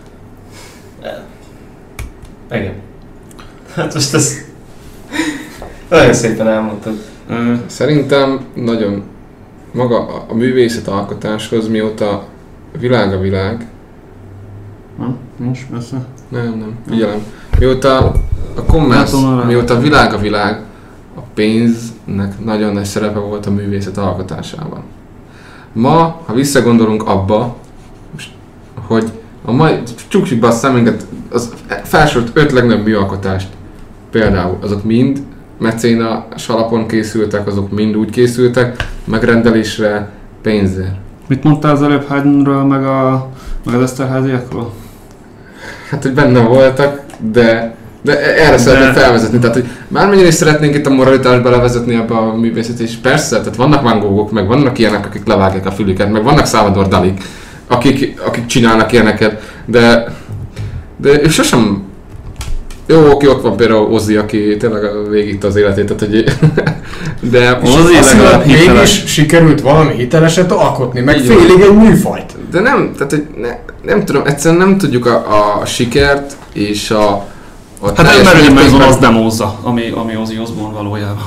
Igen. Hát most ez... Nagyon szépen elmondtad. Szerintem nagyon maga a művészet alkotáshoz, mióta világ a világ... Most persze. Nem, figyelem. Mióta a commerce, mióta világ a világ, a pénznek nagyon nagy szerepe volt a művészet alkotásában. Ma, ha visszagondolunk abba, hogy a mai, csukjuk be a szemünket, az felsorolt 5 legnagyobb műalkotást például, azok mind mecénás alapon készültek, azok mind úgy készültek, megrendelésre, pénzért. Mit mondtál az előbb Haydnról, meg az Eszterháziakról? Hát, hogy benne voltak, de erre szeretném felvezetni, tehát hogy bármennyire is szeretnénk itt a moralitást belevezetni ebbe a művészet, és persze, tehát vannak Van Goghok, meg vannak ilyenek, akik levágják a fülüket, meg vannak Salvador Dalik, akik csinálnak ilyeneket, de ő sosem... Jó, oké, ott van például Ozzy, aki tényleg végigte az életét, tehát hogy... De Ozzy legalább mégis sikerült valami hiteleset alkotni, meg félig egy műfajt. De nem, tehát hogy nem tudom, egyszerűen nem tudjuk a sikert és a hát ez merőben ez az demózza, ami Ozzy Osbourne valójában.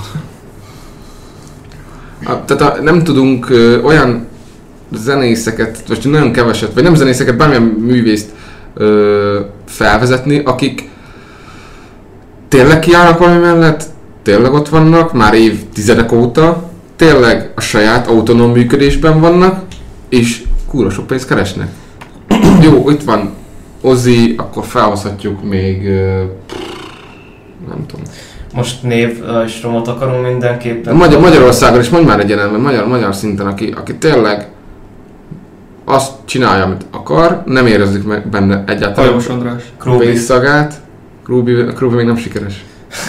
Tehát nem tudunk olyan zenészeket, vagy nagyon keveset, vagy nem zenészeket, bármilyen művészt felvezetni, akik tényleg kiállnak valami mellett, tényleg ott vannak, már évtizedek óta, tényleg a saját autonóm működésben vannak, és kurva sok pénzt keresnek. Jó, itt van Ozzy, akkor felhozhatjuk még... nem tudom. Most név és romot akarunk mindenképpen. Magyarországon is mondj már egy jelenben, magyar szinten, aki tényleg azt csinálja, amit akar, nem érezzük meg benne egyáltalán. Hajós András. Pénzszagát. Krúbi még nem sikeres.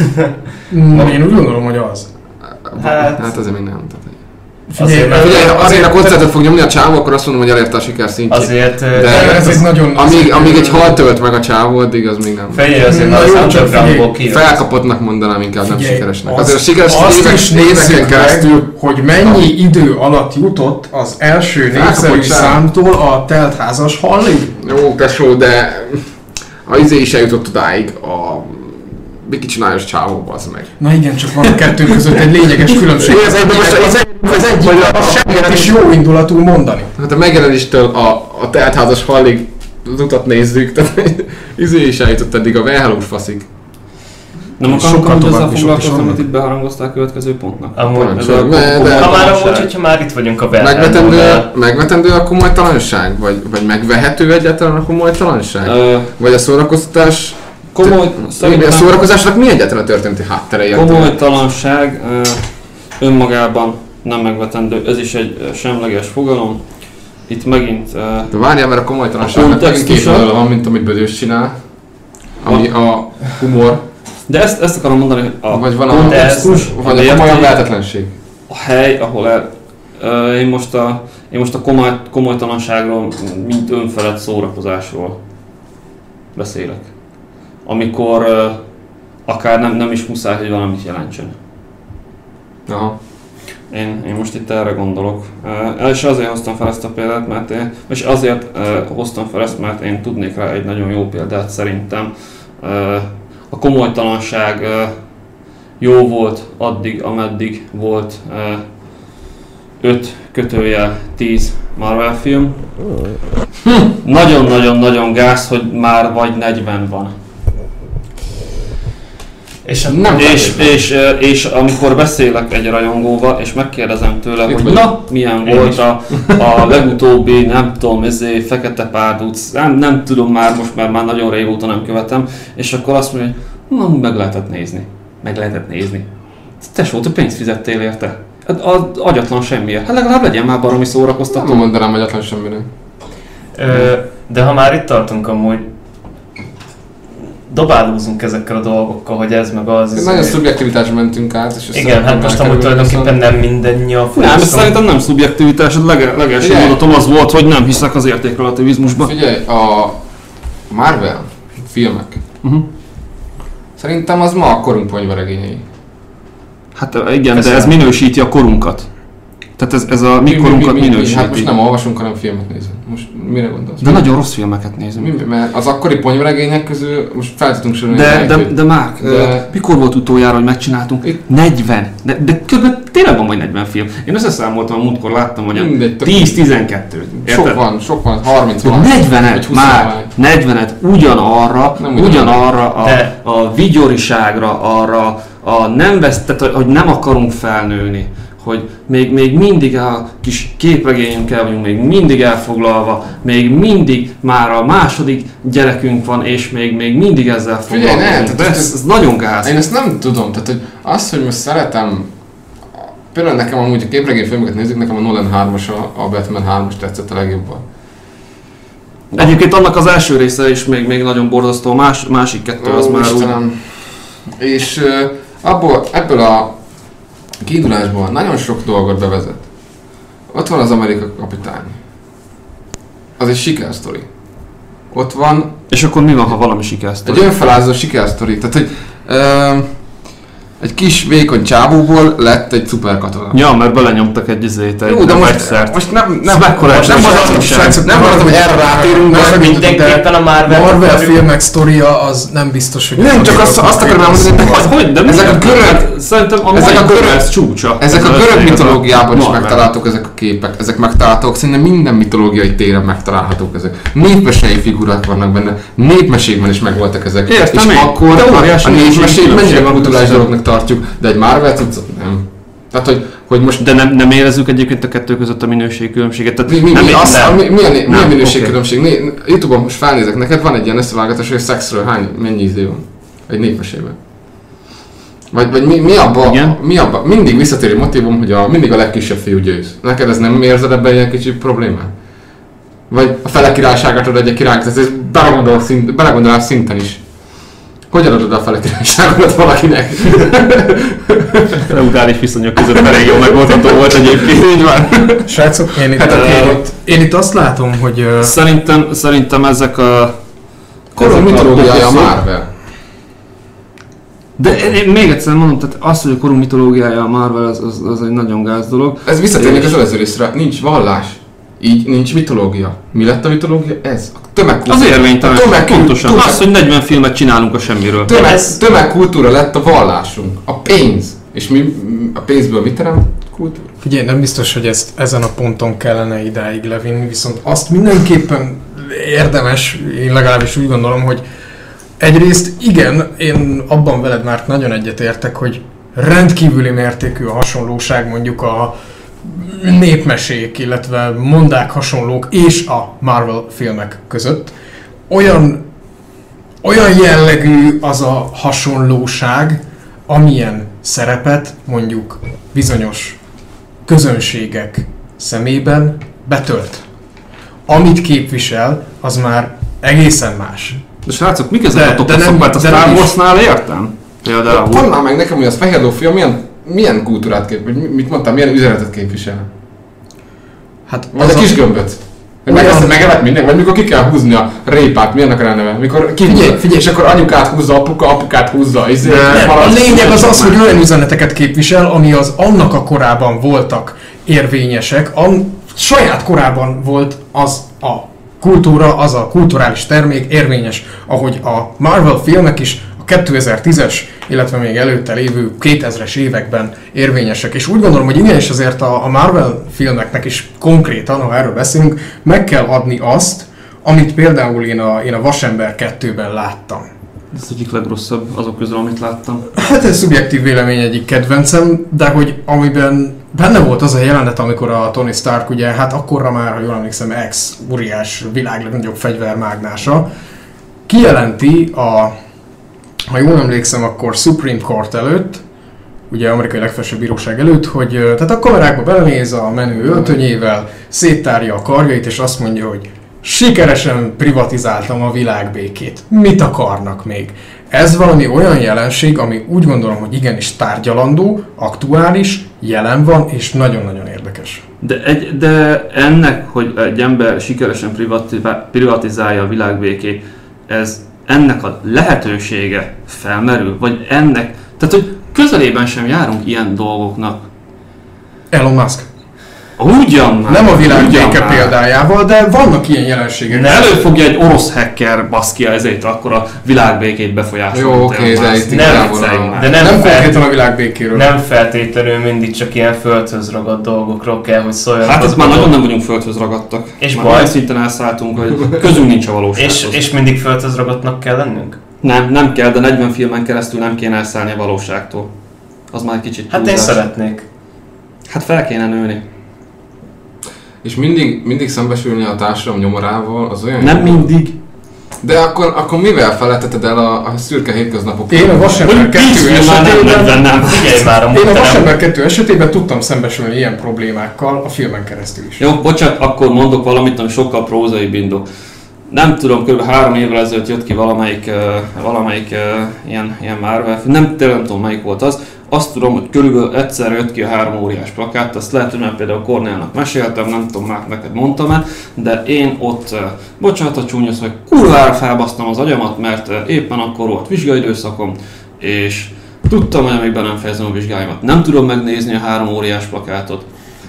Én úgy gondolom, hogy az. Hát azért még nem. Figyelj, azért a koncertet fog nyomni a csávó, akkor azt mondom, hogy elérte a siker szintjét. Azért... De ez egy nagyon... Amíg egy hal tölt meg a csávó, addig az még nem. Figyelj, azért az undergroundból kijött. Felkapottnak mondanám inkább, nem sikeresnek. Azért a sikeres éveken keresztül... hogy mennyi idő alatt jutott az első népszerű számtól a teltházas hallig? Jó, tesó, de... A izé is eljutott odáig, a... Biki csinályos csávó, bazd meg. Na igen, csak van a kettő között egy lényeges különbség. Ez egyik semmit is jó indulatul mondani. Hát a megjelenéstől a teltházas hallig az utat nézzük, tehát izé is eljutott eddig a Velhelós faszig. Nem akarunk amúgy azzal foglalkozni, amit itt beharangozták a következő pontnak? Amúgy, ha már amúgy, hogyha már itt vagyunk a Velhelmónál. Megvetendő a komolytalanság? Vagy megvehető egyáltalán a komolytalanság? Vagy a szórakoztatás? A szórakozásnak mi egyáltalán a történeti háttere? Komolytalanság önmagában nem megvetendő, ez is egy semleges fogalom. Itt megint... De várjál, mert a komolytalanságnak megint két oldala van, mint amit Bödös csinál. Ami a humor. De ezt akarom mondani, vagy van a komolyabb lehetetlenség. A hely, ahol én most a komolytalanságról, mint önfelett szórakozásról beszélek. Amikor akár nem is muszáj, hogy valamit jelentsen. Aha. Én most itt erre gondolok. És azért hoztam fel ezt a példát, mert én tudnék rá egy nagyon jó példát szerintem. A komolytalanság jó volt addig, ameddig volt 5/10 Marvel film. Nagyon-nagyon-nagyon gáz, hogy már vagy 40 van. És amikor beszélek egy rajongóval, és megkérdezem tőle, hogy na, milyen volt a legutóbbi, nem tudom, Fekete Párduc, nem tudom már, most már nagyon régóta nem követem, és akkor azt mondja, hogy na, meg lehetett nézni. Tesó, te pénzt fizettél érte? Az agyatlan semmiért. Hát legalább legyen már baromi szórakoztató. Nem mondanám agyatlan semmire. De ha már itt tartunk amúgy, dobálózunk ezekkel a dolgokkal, hogy ez meg az. Nagyon szubjektivitásra mentünk át. És igen, hát most amúgy tulajdonképpen nem mindennyian fogyasztom. Nem, szerintem nem szubjektivitás, a legelső mondatom az volt, hogy nem hiszek az értékrelativizmusban. Figyelj, a Marvel filmek. Szerintem az ma a korunk ponyvaregényei. Hát igen, de ez minősíti a korunkat. Tehát ez a mi korunkat minősíti. Hát most nem olvasunk, hanem filmet nézünk. Most mire gondolsz? De nagyon rossz filmeket nézünk. Mert az akkori ponyvaregények közül most fel tudunk sorolni. De Márk, mikor volt utoljára, hogy megcsináltunk? 40. De kb. Tényleg van majd 40 film. Én összeszámoltam, a múltkor láttam, hogy 10-12. Sok van, 30 van. 40-et ugyanarra a vigyoriságra, arra a nem tehát, hogy nem akarunk felnőni. Hogy még mindig a kis képregényünkkel vagyunk, még mindig elfoglalva, még mindig már a második gyerekünk van, és még mindig ezzel foglalkozunk. Ez nagyon gáz. Én ezt nem tudom, tehát hogy az, hogy most szeretem, például nekem amúgy a képregényfilmeket nézzük, nekem a Nolan 3-as, a Batman 3-as tetszett a legjobban. Egyébként annak az első része is még nagyon borzasztó, a másik kettő az már Istenem. És ebből a kiindulásból nagyon sok dolgot bevezet. Ott van az Amerika kapitány. Az egy sikersztori. Ott van... És akkor mi van, ha valami sikersztori? Egy önfelázó sikersztori. Tehát, hogy egy kis vékony csávóból lett egy szuperkatona. Ja, mert belenyomtak egy jó, de most nem mondhatom, hogy erre rátérünk, mert mindenképpen a Marvel filmek sztoria az nem biztos, hogy... Nem, csak azt akarom elmondani, hogy ezek a görög csúcsa. Ezek a görög mitológiában is megtalálhatók ezek a képek, ezek megtalálhatók, szerintem minden mitológiai téren megtalálhatók ezek. Népmesei figurák vannak benne, népmesékben is megvoltak ezek. Értem én, akkor a népmesét mennyire kulturális dolognak tartjuk, de egy Marvel cuccot nem. Tehát, hogy most... De nem érezzük egyébként a kettő között a minőségkülönbséget. Tehát milyen minőségkülönbség? YouTube-on most felnézek, neked van egy ilyen összevágatás, hogy a szexről mennyi izé van? Egy népmesében. Vagy mi abba? Mindig visszatérő motívum, hogy mindig a legkisebb fiú győz. Neked ez nem érzed ebben ilyen kicsi problémát? Vagy a fele királyságát ad egy királyt, ez belegondolás szinten is. Hogyan adod a fele királyságodat valakinek? Feudális viszonyok között elég jó megoldható volt egyébként. Így van. Srácok, én itt azt látom, hogy... Szerintem ezek a... Korom mitológiája a Marvel. De én még egyszer mondom, tehát az, hogy a korunk mitológiája a Marvel, az egy nagyon gáz dolog. Ez visszatérnek az előző részre, nincs vallás. Így nincs mitológia. Mi lett a mitológia? Ez. A tömegkultúra. Az érvénytelen. Pontosan. Az, hogy 40 filmet csinálunk a semmiről. Tömegkultúra lett a vallásunk. A pénz. És mi a pénzből mit terem? Kultúra. Figyelj, nem biztos, hogy ezt ezen a ponton kellene idáig levinni, viszont azt mindenképpen érdemes, én legalábbis úgy gondolom, hogy egyrészt igen, én abban veled már nagyon egyetértek, hogy rendkívüli mértékű a hasonlóság mondjuk a népmesék, illetve mondák hasonlók és a Marvel filmek között. Olyan jellegű az a hasonlóság, amilyen szerepet mondjuk bizonyos közönségek szemében betölt. Amit képvisel, az már egészen más. De srácok, mik ezek a toposzok, mert a Star Warsnál értem? Például. Mondd már meg nekem, hogy az Fehér Lófia milyen kultúrát képvisel, mit mondtam, milyen üzenetet képvisel? Hát vagy a kis gömböt. Megevet mindenki, vagy mikor ki kell húzni a répát, mi annak a neve? Mikor figyelj, és akkor anyukát húzza, apukát húzza. A lényeg az, hogy olyan üzeneteket képvisel, ami az annak a korában voltak érvényesek, saját korában volt az a kultúra, az a kulturális termék érvényes, ahogy a Marvel filmek is a 2010-es, illetve még előtte lévő 2000-es években érvényesek. És úgy gondolom, hogy igenis azért a Marvel filmeknek is konkrétan, ha erről beszélünk, meg kell adni azt, amit például én a Vasember 2-ben láttam. Ez egyik legrosszabb azok közül, amit láttam. Hát ez szubjektív vélemény egyik kedvencem, de hogy amiben benne volt az a jelenet, amikor a Tony Stark ugye, hát akkorra már, ha jól emlékszem, ex-óriás világ legnagyobb fegyvermágnása, kijelenti ha jól emlékszem, akkor Supreme Court előtt, ugye amerikai legfelsőbb bíróság előtt, hogy tehát a kamerákba belenéz a menő öltönyével, széttárja a karjait, és azt mondja, hogy sikeresen privatizáltam a világbékét. Mit akarnak még? Ez valami olyan jelenség, ami úgy gondolom, hogy igenis tárgyalandó, aktuális, jelen van, és nagyon-nagyon érdekes. De ennek, hogy egy ember sikeresen privatizálja a világbékét, ennek a lehetősége felmerül, vagy ennek, tehát hogy közelében sem járunk ilyen dolgoknak. Elon Musk. Ugyan már. Nem a világbéke példájával, de vannak ilyen jelenségek. Előfogja egy orosz hacker, baszki, ezért akkor a világbékét befolyásolja. Jó, oké, de itt nem feltétlenül a világbékéről. Nem feltétlenül mindig csak ilyen földhöz ragadt dolgokról kell, hogy szóljanak. Hát ez már nagyon nem vagyunk földhöz ragadtak. És már olyan szinten elszálltunk, hogy közünk nincs a valósághoz. És mindig földhöz ragadtnak kell lennünk? Nem kell, de 40 filmen keresztül nem kéne elszállni a valóságtól. Az már egy kicsit túlzás. Hát én szeretnék. Hát fel kéne nőni. És mindig szembesülni a társadalom nyomorával, az olyan... Nem jó. Mindig. De akkor mivel feletteted el a szürke hétköznapokat? Én a Vasember 2 esetében... Figyelj már, én a Vasember 2 esetében tudtam szembesülni ilyen problémákkal a filmen keresztül is. Jó, bocsánat, akkor mondok valamit, ami sokkal prózaibb indok. Nem tudom, kb. 3 évvel ezelőtt jött ki valamelyik ilyen Marvel film, nem tudom melyik volt az. Azt tudom, hogy körülbelül egyszerre jött ki a 3 óriás plakát, azt lehet, hogy már például Kornélnak meséltem, nem tudom, már neked mondtam-e, de én ott, bocsánat a csúnya szó, hogy kurvára felbasztam az agyamat, mert éppen akkor volt vizsgaidőszakom, és tudtam, hogy amíg be nem fejezem a vizsgáimat, nem tudom megnézni a 3 óriás plakátot.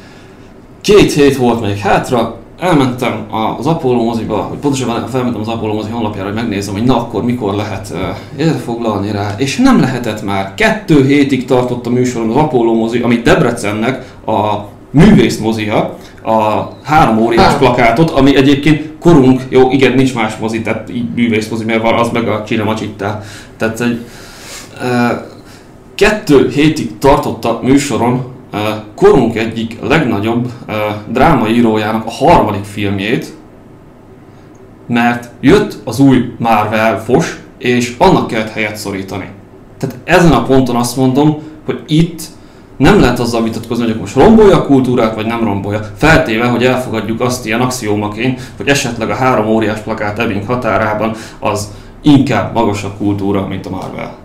2 hét volt még hátra, elmentem az Apollo moziba, hogy pontosabban felmentem az Apollo mozi honlapjára, hogy megnézem, hogy na akkor mikor lehet foglalni rá, és nem lehetett már. 2 hétig tartott a műsoron az Apollo mozi, ami Debrecennek a művész mozia, a 3 óriás plakátot, ami egyébként korunk, jó igen, nincs más mozi, tehát így művész mozi, mert van az meg a Cinemacittá. Tehát egy 2 hétig tartott a műsoron korunk egyik legnagyobb drámaírójának a harmadik filmjét, mert jött az új Marvel fos, és annak kellett helyet szorítani. Tehát ezen a ponton azt mondom, hogy itt nem lehet azzal vitatkozni, hogy most rombolja a kultúrát, vagy nem rombolja. Feltéve, hogy elfogadjuk azt ilyen axiómaként, hogy esetleg a 3 óriás plakát Ebbing határában az inkább magasabb kultúra, mint a Marvel.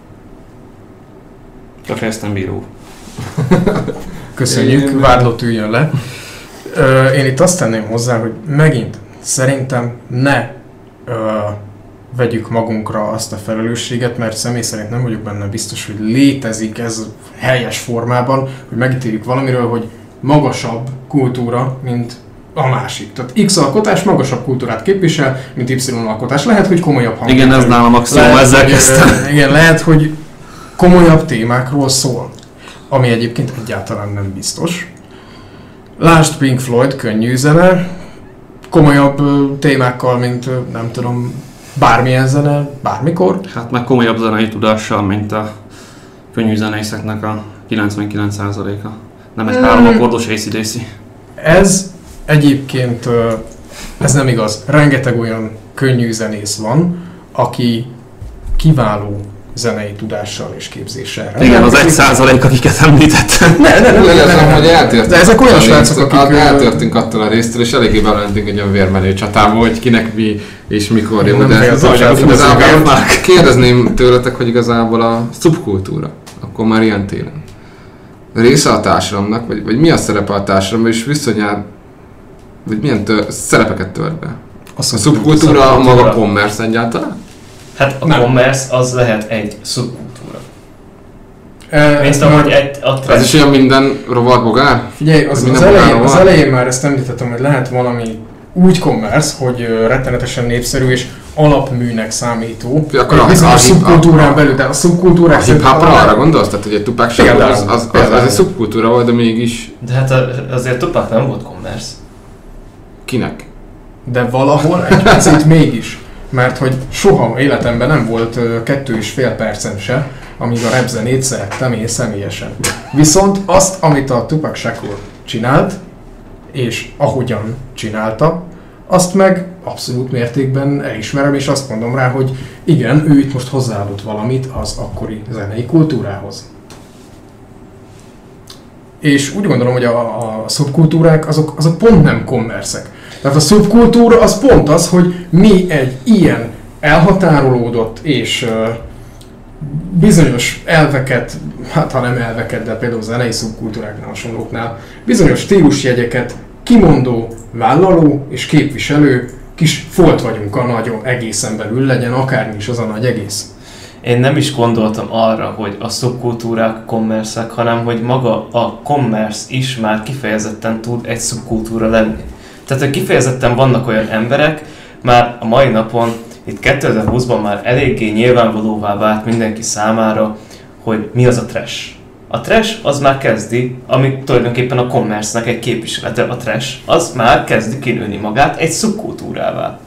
Befejeztem, bíró. Köszönjük, vádlott üljön le. Én itt azt tenném hozzá, hogy megint szerintem ne vegyük magunkra azt a felelősséget, mert személy szerint nem vagyok benne biztos, hogy létezik ez helyes formában, hogy megítéljük valamiről, hogy magasabb kultúra, mint a másik. Tehát X alkotás magasabb kultúrát képvisel, mint Y alkotás. Lehet, hogy komolyabb hangja. Igen, ez nálam maximum, ezzel kezdtem. Igen, lehet, hogy komolyabb témákról szól, ami egyébként egyáltalán nem biztos. Lásd Pink Floyd, könnyű zene, komolyabb témákkal, mint nem tudom, bármilyen zene, bármikor. Hát meg komolyabb zenei tudással, mint a könnyű zenészeknek a 99%-a. Nem egy 3 akkordos AC/DC. Ez egyébként, ez nem igaz. Rengeteg olyan könnyű zenész van, aki kiváló zenei tudással és képzéssel. Igen, az 1%, akiket említettem. De ezek olyan srácok, akik... Eltörtünk attól a résztől, és eléggé belentünk egy olyan vérmenő csatába, hogy kinek mi és mikor jó. Nem igazából kérdezném tőletek, hogy igazából a szubkultúra, akkor már ilyen téren. Része a társadalomnak, vagy mi a szerepe a társadalomban, és viszonyát, vagy milyen szerepeket tölt be? A szubkultúra a maga commerce egyáltalán? Hát a commerce az lehet egy szubkultúra. Ez is olyan minden rovatbogár? Figyelj, az elején már ezt említettem, hogy lehet valami úgy commerce, hogy rettenetesen népszerű és alapműnek számító. Akkor a szubkultúrán belül, de a szubkultúrák... A hip-hopra arra gondolsz? Tehát, hogy egy Tupac Shakur az egy szubkultúra volt, de mégis... De hát azért Tupac nem volt commerce. Kinek? De valahol egy picit mégis. Mert hogy soha életemben nem volt 2,5 percem se, amíg a rap zenét szerettem én személyesen. Viszont azt, amit a Tupac Shakur csinált, és ahogyan csinálta, azt meg abszolút mértékben elismerem, és azt mondom rá, hogy igen, ő itt most hozzáadott valamit az akkori zenei kultúrához. És úgy gondolom, hogy a szubkultúrák azok pont nem kommerszek. Tehát a szubkultúra az pont az, hogy mi egy ilyen elhatárolódott és bizonyos elveket, hát ha nem elveket, de például zenei szubkultúráknál, hasonlóknál, bizonyos stílusjegyeket kimondó, vállaló és képviselő kis folt vagyunk a nagy egészen belül, legyen akármi is az a nagy egész. Én nem is gondoltam arra, hogy a szubkultúrák commerce-ek, hanem hogy maga a commerce is már kifejezetten tud egy szubkultúra lenni. Tehát, hogy kifejezetten vannak olyan emberek, már a mai napon, itt 2020-ban már eléggé nyilvánvalóvá vált mindenki számára, hogy mi az a trash. A trash az már kezdi, ami tulajdonképpen a commerce-nek egy képviselete, a trash, az már kezdi kinőni magát egy szubkultúrává.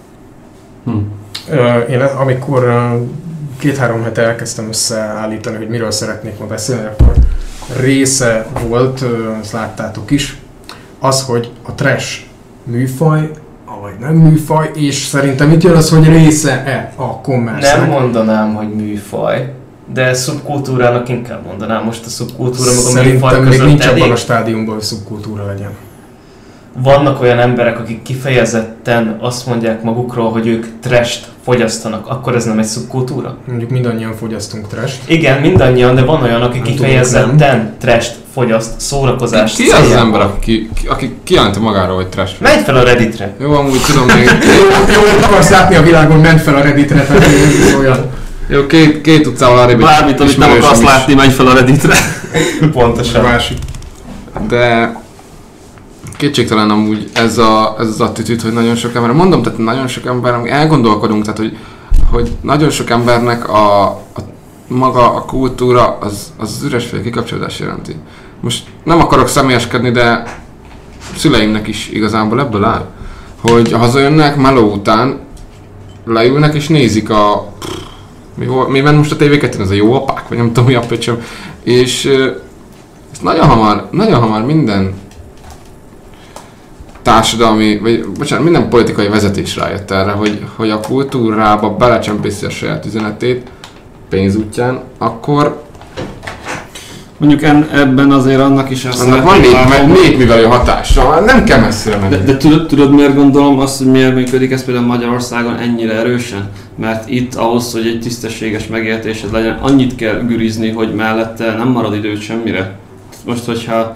Én amikor 2-3 hete elkezdtem összeállítani, hogy miről szeretnék ma beszélni, akkor része volt, azt láttátok is, az, hogy a trash műfaj, vagy nem műfaj, és szerintem itt jön az, hogy része-e a commerce-nek. Nem mondanám, hogy műfaj, de szubkultúrának inkább mondanám. Most a szubkultúra meg a műfaj között még nincs abban a stádiumban, hogy szubkultúra legyen. Vannak olyan emberek, akik kifejezetten azt mondják magukról, hogy ők trash-t fogyasztanak, akkor ez nem egy szubkultúra? Mondjuk mindannyian fogyasztunk trash-t. Igen, mindannyian, de van olyan, aki kifejezetten trash-t fogyaszt, szórakozást. Ki az ember, aki kijelenti magáról, hogy trash? Menj fel a Redditre! Jó, amúgy tudom még. Jó, akarsz látni a világon, menj fel a Redditre, tehát olyan. Jó, két utcával arrébb is. Bármit, amit nem akarsz látni, menj fel a Redditre. Pontosan. Másik. De kétségtelen amúgy ez az attitűd, hogy nagyon sok ember, mondom, tehát nagyon sok ember, elgondolkodunk, tehát hogy nagyon sok embernek maga a kultúra az üresfél kikapcsolódás jelenti. Most nem akarok személyeskedni, de szüleimnek is igazából ebből áll, hogy hazajönnek meló után, leülnek és nézik mi van most a TV2-n, ez a Jó apák, vagy nem tudom mi a pöcsöm, és nagyon hamar minden társadalmi, vagy bocsánat, minden politikai vezetés rájött erre, hogy a kultúrába belecsempészi a saját üzenetét pénz útján, akkor mondjuk ebben azért annak is annak van népművelő hatása, nem kell messzire menni. De tudod miért gondolom azt, hogy miért működik ez például Magyarországon ennyire erősen? Mert itt ahhoz, hogy egy tisztességes megéltésed legyen, annyit kell gürizni, hogy mellette nem marad időt semmire. Most, hogyha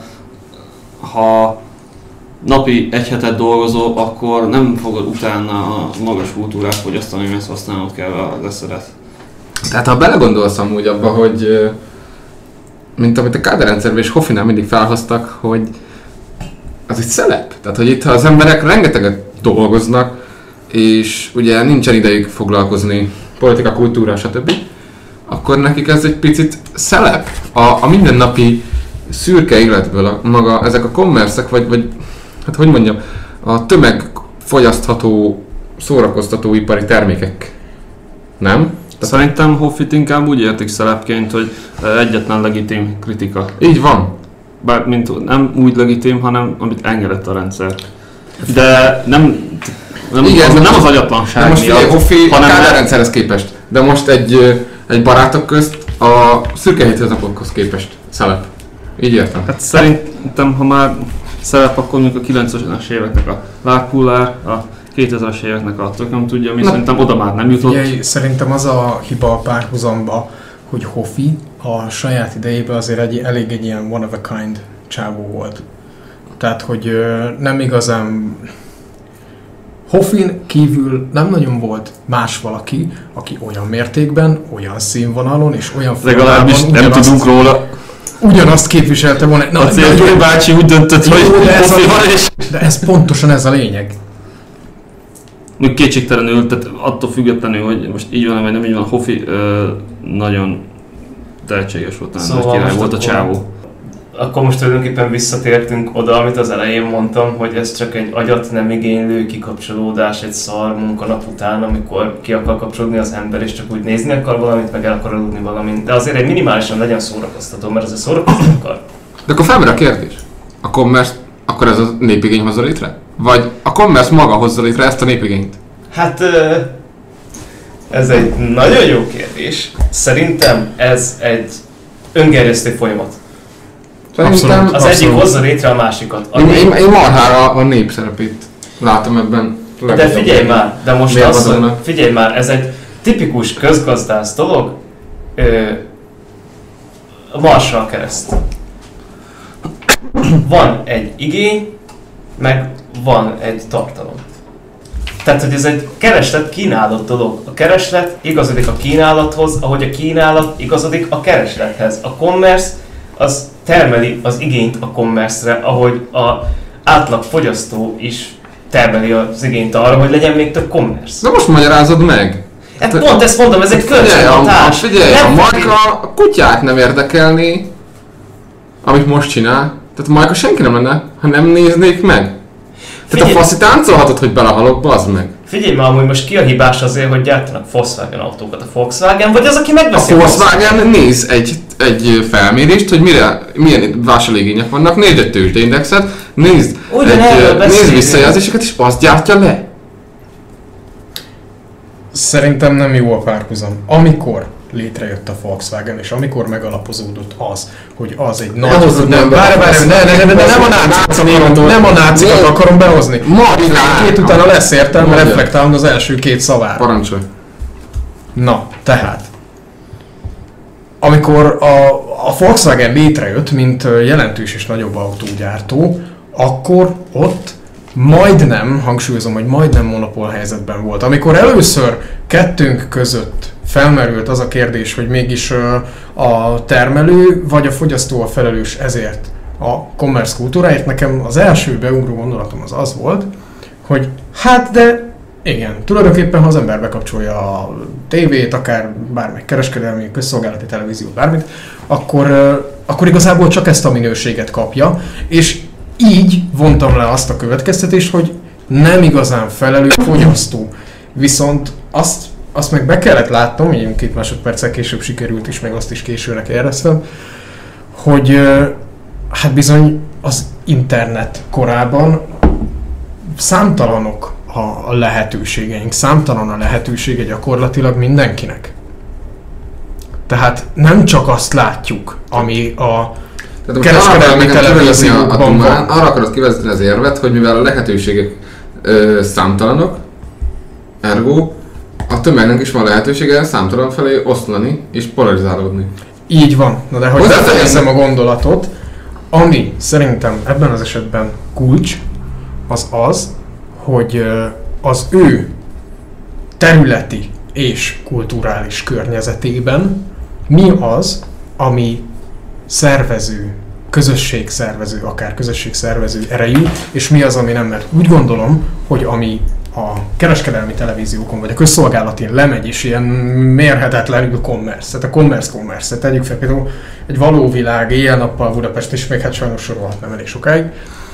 napi egy hetet dolgozol, akkor nem fogod utána a magas kultúrát fogyasztani, mert használnod kell az eszedet. Tehát ha belegondolsz amúgy abba, hogy mint amit a káderrendszerben és Hoffinál mindig felhoztak, hogy az egy szelep. Tehát, hogy itt ha az emberek rengeteget dolgoznak, és ugye nincsen idejük foglalkozni politika, kultúra, stb., akkor nekik ez egy picit szelep. A mindennapi szürke életből maga ezek a commerce-ek, vagy hát hogy mondjam, a tömegfogyasztható, szórakoztatóipari termékek. Nem? Szerintem Hoffit inkább úgy értik szelepként, hogy egyetlen legitim kritika. Így van. Bár nem úgy legitim, hanem amit engedett a rendszer. De nem az agyatlanság miatt, miatt, Hoffi a káderrendszerhez képest. De most egy barátok közt a szürke hétköznapokhoz képest szelep. Így értem. Hát szerintem, ha már szelep, akkor mondjuk a 90-es éveknek a Lárpullár, a 2000-es éveknek a tököm tudja, ami szerintem oda már nem jutott. Ugye, szerintem az a hiba a párhuzamba, hogy Hoffi a saját idejében azért elég egy ilyen one of a kind csávó volt. Tehát, hogy nem igazán... Hoffin kívül nem nagyon volt más valaki, aki olyan mértékben, olyan színvonalon és olyan formában... Legalábbis nem tudunk róla. Ugyanazt képviselte volna. A Célgyó bácsi úgy döntött, hogy Hoffi van és... De ez pontosan ez a lényeg. Még kétségtelenül, tehát attól függetlenül, hogy most így van, vagy nem így van, Hoffi nagyon tehetséges volt, szóval nagy király volt a csávó. Akkor most tulajdonképpen visszatértünk oda, amit az elején mondtam, hogy ez csak egy agyat nem igénylő kikapcsolódás egy szar munkanap után, amikor ki akar kapcsolódni az ember, és csak úgy nézni akar valamit, meg el akar aludni valamit. De azért egy minimálisan legyen szórakoztató, mert azért szórakozni akar. De akkor felmerül a kérdés. A commerce, akkor ez a népigény hozza létre? Vagy a commerce maga hozza létre ezt a népigényt? Hát ez egy nagyon jó kérdés. Szerintem ez egy öngerjesztő folyamat. Szerintem az egyik hozza létre a másikat. Én marhára a nép szerepét látom ebben. De figyelj már, de most figyelj már, ez egy tipikus közgazdász dolog, a Marshall kereszt. Van egy igény, meg van egy tartalom. Tehát, hogy ez egy kereslet-kínálat dolog. A kereslet igazodik a kínálathoz, ahogy a kínálat igazodik a kereslethez. A commerce az termeli az igényt a commerce-re, ahogy az átlag fogyasztó is termeli az igényt arra, hogy legyen még több commerce. Na most magyarázod meg! Hát pont ezt mondom, ez egy kölcsönhatás. Figyelj, a Majka a kutyát nem érdekelni, amit most csinál. Tehát a Majka senki nem lenne, ha nem néznék meg. Tehát a faszi táncolhatod, hogy belehalok, bazd meg. Figyelj már, hogy most ki a hibás azért, hogy gyártanak Volkswagen autókat, a Volkswagen, vagy az, aki megveszi a Volkswagen néz egy felmérést, hogy milyen vásárlóigények vannak, nézd egy tőzsdeindexet, nézd visszajelzéseket, és azt gyártja le. Szerintem nem jó a párhuzam. Amikor létrejött a Volkswagen, és amikor megalapozódott az, hogy az egy nagy... Nem a nácikat akarom behozni. Két utána lesz értelme reflektálni az első két szavára. Parancsolj. Na, tehát. Amikor a Volkswagen létrejött, mint jelentős és nagyobb autógyártó, akkor ott majdnem, hangsúlyozom, hogy majdnem monopól helyzetben volt. Amikor először kettőnk között felmerült az a kérdés, hogy mégis a termelő vagy a fogyasztó a felelős ezért a commerce kultúráért, nekem az első beugró gondolatom az volt, hogy hát de igen, tulajdonképpen ha az ember bekapcsolja a tévét, akár bármely kereskedelmi, közszolgálati televíziót, bármit, akkor igazából csak ezt a minőséget kapja, és így vontam le azt a következtetést, hogy nem igazán felelős fogyasztó. Viszont azt meg be kellett látnom, így 2 másodperccel később sikerült is, meg azt is későnek éreztem, hogy Hát bizony az internet korában számtalanok a lehetőségeink, számtalan a lehetősége gyakorlatilag mindenkinek. Tehát nem csak azt látjuk, ami a kereskedelmi televíziókban van. Arra akarod kivezetni az érvet, hogy mivel a lehetőségek számtalanok, ergo a tömegnek is van lehetősége számtalan felé oszlani és polarizálódni. Így van. Na de hogy befejezzem a gondolatot, ami szerintem ebben az esetben kulcs, az, hogy az ő területi és kulturális környezetében mi az, ami szervező, közösségszervező, akár közösségszervező erejű, és mi az, ami nem, mert úgy gondolom, hogy ami a kereskedelmi televíziókon vagy a közszolgálatin lemegy, és ilyen mérhetetlenül commerce, tehát a commerce, tegyük fel például egy való világ, éjjel-nappal Budapest, és még hát sajnos sorolhatnám elég sokáig,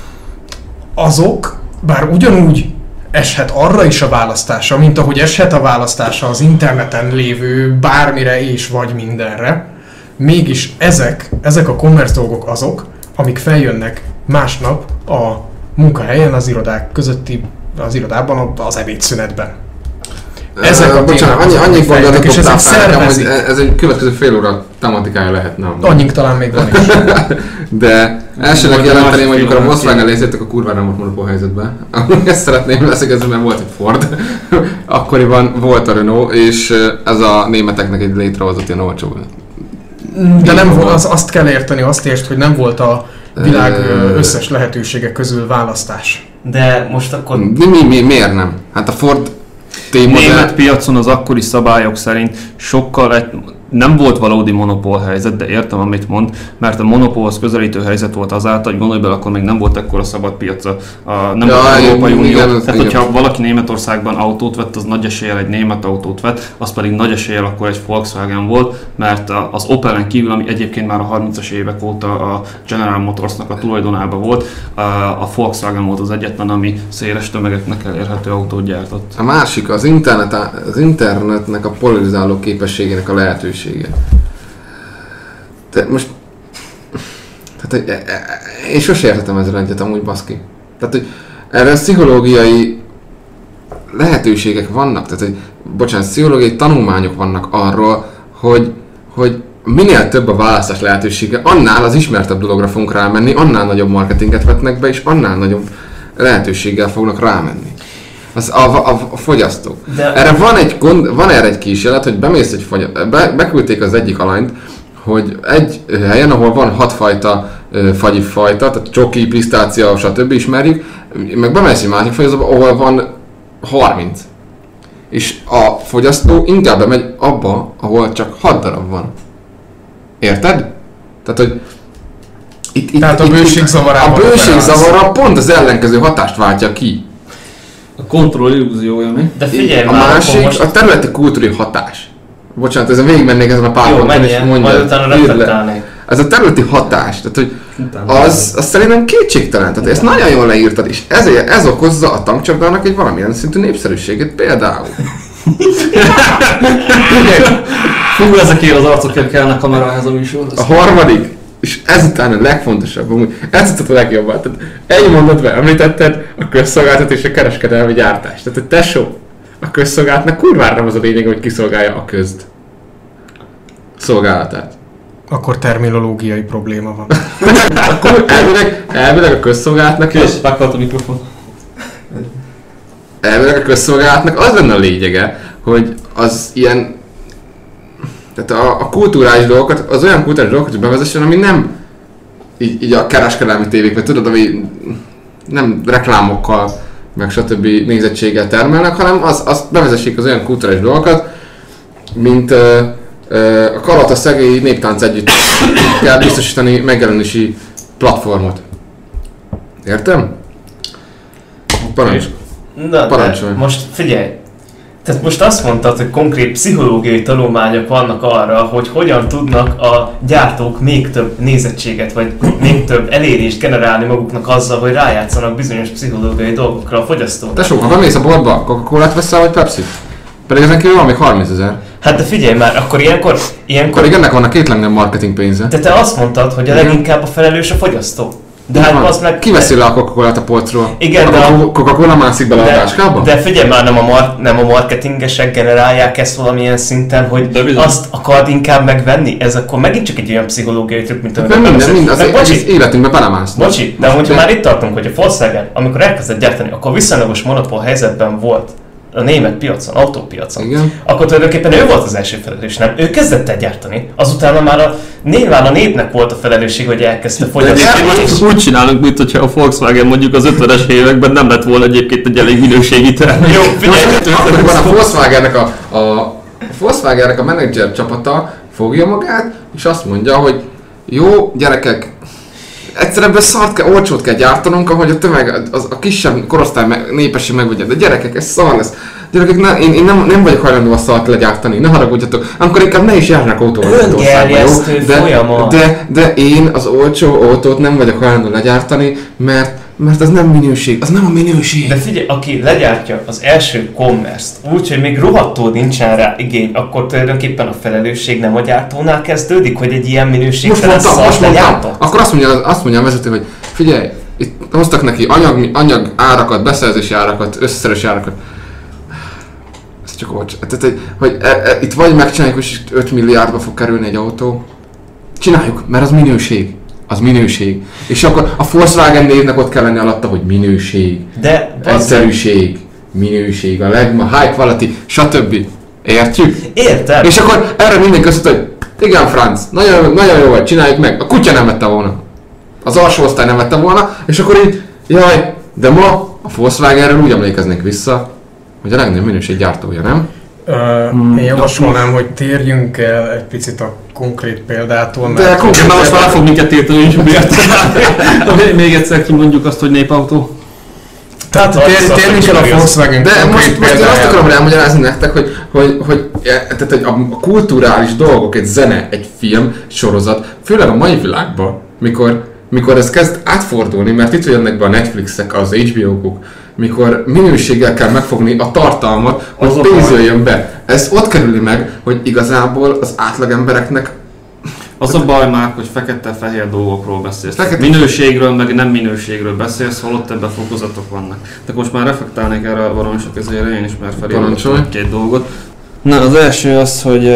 azok, bár ugyanúgy eshet arra is a választása, mint ahogy eshet a választása az interneten lévő bármire és vagy mindenre, mégis ezek a commerce dolgok azok, amik feljönnek másnap a munkahelyen, az irodák közötti, az irodában, az ebédszünetben. Ezek a bocsánat, annyi gondolatot és ezek szervezik. Ez egy következő fél óra tematikája lehetne. Annyink talán még van is. De elsőnek jelenteném, hogy amikor a Volkswagen részétek a kurvára nem volt monopól helyzetben. Ezt szeretném leszögezni, mert volt egy Ford. Akkoriban volt a Renault, és ez a németeknek egy létrehozott ilyen olcsó. De nem volt, azt kell érteni, azt értsd, hogy nem volt a világ összes lehetőségek közül választás. De most akkor... Miért nem? Hát a Ford német piacon az akkori szabályok szerint sokkal nem volt valódi monopól helyzet, de értem, amit mond, mert a monopólhoz közelítő helyzet volt azáltal, hogy gondolj bele, akkor még nem volt ekkora szabad piaca, nem volt Európai Unió. Tehát, hogyha valaki Németországban autót vett, az nagy eséllyel egy német autót vett, az pedig nagy eséllyel akkor egy Volkswagen volt, mert az Opelen kívül, ami egyébként már a 30-as évek óta a General Motorsnak a tulajdonában volt, a Volkswagen volt az egyetlen, ami széles tömegeknek elérhető autót gyártott. A másik az internetnek a polarizáló képességének a lehetőség. De most... Tehát, én sose értettem ezzel egyet amúgy, baszki. Tehát, hogy erre pszichológiai lehetőségek vannak, tehát, hogy, bocsánat, pszichológiai tanulmányok vannak arról, hogy minél több a választás lehetősége, annál az ismertebb dologra fogunk rámenni, annál nagyobb marketinget vetnek be, és annál nagyobb lehetőséggel fognak rámenni. Az a fogyasztók. De erre van erre egy kísérlet, hogy bemész beküldték az egyik alanyt, hogy egy helyen, ahol van 6 fajta fagyifajta, tehát csoki, pisztácia, stb. Ismerjük, meg bemész egy másik fagyizóba, ahol van 30. És a fogyasztó inkább bemegy abba, ahol csak 6 darab van. Érted? Tehát, hogy Tehát a bőségzavara pont az ellenkező hatást váltja ki. A kontroll illúziója, mi? De figyelj a másik, most... a területi kultúri hatás. Bocsánat, ezen végigmennék ezen a pár ponton, és mondja, majd utána reflektálnék. Ez a területi hatás, tehát hogy az szerintem kétségtelen, tehát ezt nagyon jól leírtad, és ez okozza a tankcsapdának egy valamilyen szintű népszerűségét például. Fú, ezekért az arcokért kellene kamerához a műsorhoz. A harmadik, és ezután a legfontosabb, amúgy ez jutott a legjobban. Tehát egy mondatban említetted a közszolgáltatás és a kereskedelmi gyártást. Tehát, hogy tesó, a közszolgálatnak kurvára nem az a lényeg, hogy kiszolgálja a közt szolgálatát. Akkor terminológiai probléma van. Akkor elvileg a közszolgálatnak is... Megkalt a mikrofon. Elvileg a közszolgálatnak az lenne a lényege, hogy az ilyen... Tehát a kulturális dolgokat, az olyan kulturális dolgokat bevezessen, ami nem így a kereskedelmi tévékben, tudod, ami nem reklámokkal, meg stb. Nézettséggel termelnek, hanem azt bevezessék az olyan kulturális dolgokat, mint a Karata Szegélyi Néptánc együtt kell biztosítani megjelenési platformot. Értem? Parancsolj! Most figyelj! Tehát most azt mondtad, hogy konkrét pszichológiai tanulmányok vannak arra, hogy hogyan tudnak a gyártók még több nézettséget, vagy még több elérést generálni maguknak azzal, hogy rájátszanak bizonyos pszichológiai dolgokra a fogyasztók. Tesó, ha bemész a boltba, Coca-Colát veszel, vagy Pepsi? Pedig ezen kívül van még 30 000. Hát de figyelj már, akkor ilyenkor... Akkor ennek vannak két legnagyobb marketing pénze. De te azt mondtad, hogy a leginkább a felelős a fogyasztó. De hát az meg... Kiveszi le a Coca-Colát a polcról? Igen, de a Coca-Cola mászik bele a táskába? De figyelj már, nem a marketingesek generálják ezt valamilyen szinten, hogy azt akard inkább megvenni? Ez akkor megint csak egy olyan pszichológiai trükk, mint amiről minden, az egész életünkbe belemásznak. Bocsi, de hogyha már itt tartunk, hogy a Volkswagen, amikor elkezdett gyártani, akkor viszonylagos monopól helyzetben volt a német piacon, autópiacon. Igen. Akkor tulajdonképpen ő volt az első felelős, nem? Ő kezdett el gyártani. Azután már nyilván a népnek volt a felelősség, hogy elkezdte fogyasztani. Úgy csinálunk, mint hogyha a Volkswagen mondjuk az 50-es években nem lett volna egyébként egy elég minőségi termék. Jó, figyelj! Akkoriban a Volkswagennek a menedzser csapata fogja magát, és azt mondja, hogy jó, gyerekek, egyszerűen ebből szart kell, olcsót kell gyártanunk, ahogy a tömeg, a kisebb korosztály népesség megvegye. De gyerekek, ez szar lesz. Gyerekek, én nem vagyok hajlandó a szart legyártani, ne haragudjatok. Amikor inkább ne is járnak autóval. Öngerjesztő folyamat. De én az olcsó autót nem vagyok hajlandó legyártani, mert az nem minőség, az nem a minőség. De figyelj, aki legyártja az első commerce-t úgy, hogy még rohadtul nincsen rá igény, akkor tulajdonképpen a felelősség nem a gyártónál kezdődik, hogy egy ilyen minőségtelen szart legyártott? Akkor azt mondja a vezető, hogy figyelj, itt hoztak neki anyag árakat, beszerzési árakat, összeszerzési árakat. Ez csak olcsó. Tehát, hogy itt vagy megcsináljuk, és 5 milliárdba fog kerülni egy autó. Csináljuk, mert az minőség. Az minőség. És akkor a Volkswagen névnek ott kell lenni alatta, hogy minőség, egyszerűség, minőség, a high quality, stb. Értjük? Értem. És akkor erre mindenki azt mondta, hogy igen Franz, nagyon jó vagy, csináljuk meg. A kutya nem vette volna. Az alsó osztály nem vette volna, és akkor így, jaj, de ma a Volkswagenről úgy emlékeznék vissza, hogy a legnagyobb minőség gyártója, nem? Én javasolnám, hogy térjünk el egy picit a konkrét példától, mert... De konkrét, na most már fog minket érteni, és még egyszer kimondjuk azt, hogy népautó. Tehát térjünk el a Volkswagen konkrét most én azt akarom elmagyarázni nektek, hogy a kulturális dolgok, egy zene, egy film, egy sorozat, főleg a mai világban, mikor ez kezd átfordulni, mert itt jönnek be a Netflixek, az HBO-k, mikor minőséggel kell megfogni a tartalmat, hogy pénz jöjjön be. Ez ott kerüli meg, hogy igazából az átlagembereknek... Az a baj már, hogy fekete-fehér dolgokról beszélsz. Minőségről, meg nem minőségről beszélsz, holott ebben fokozatok vannak. De most már reflektálnék erre a valamelyik közére, én is már felírtam két dolgot. Na, az első az, hogy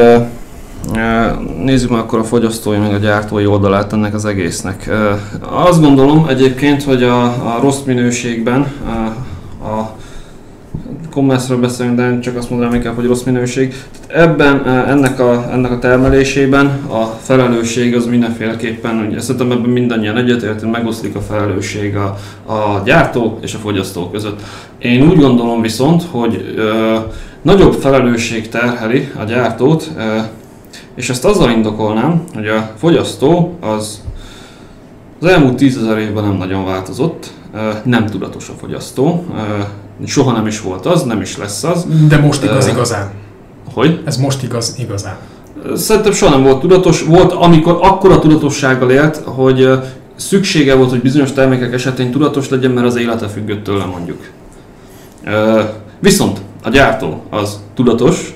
nézzük meg akkor a fogyasztói, meg a gyártói oldalát ennek az egésznek. Azt gondolom egyébként, hogy a rossz minőségben, a commerce-ről beszélünk, de csak azt mondanám inkább, hogy rossz minőség. Tehát ebben, ennek a termelésében a felelősség az mindenféleképpen, ugye szerintem ebben mindannyian egyetértünk, megoszlik a felelősség a gyártó és a fogyasztó között. Én úgy gondolom viszont, hogy nagyobb felelősség terheli a gyártót, és ezt azzal indokolnám, hogy a fogyasztó az elmúlt 10 000 évben nem nagyon változott, nem tudatos a fogyasztó, soha nem is volt az, nem is lesz az. De most igaz igazán. Hogy? Ez most igaz igazán. Szerintem soha nem volt tudatos, volt amikor akkora tudatossággal élt, hogy szüksége volt, hogy bizonyos termékek esetén tudatos legyen, mert az élete függött tőle mondjuk. Viszont a gyártó az tudatos,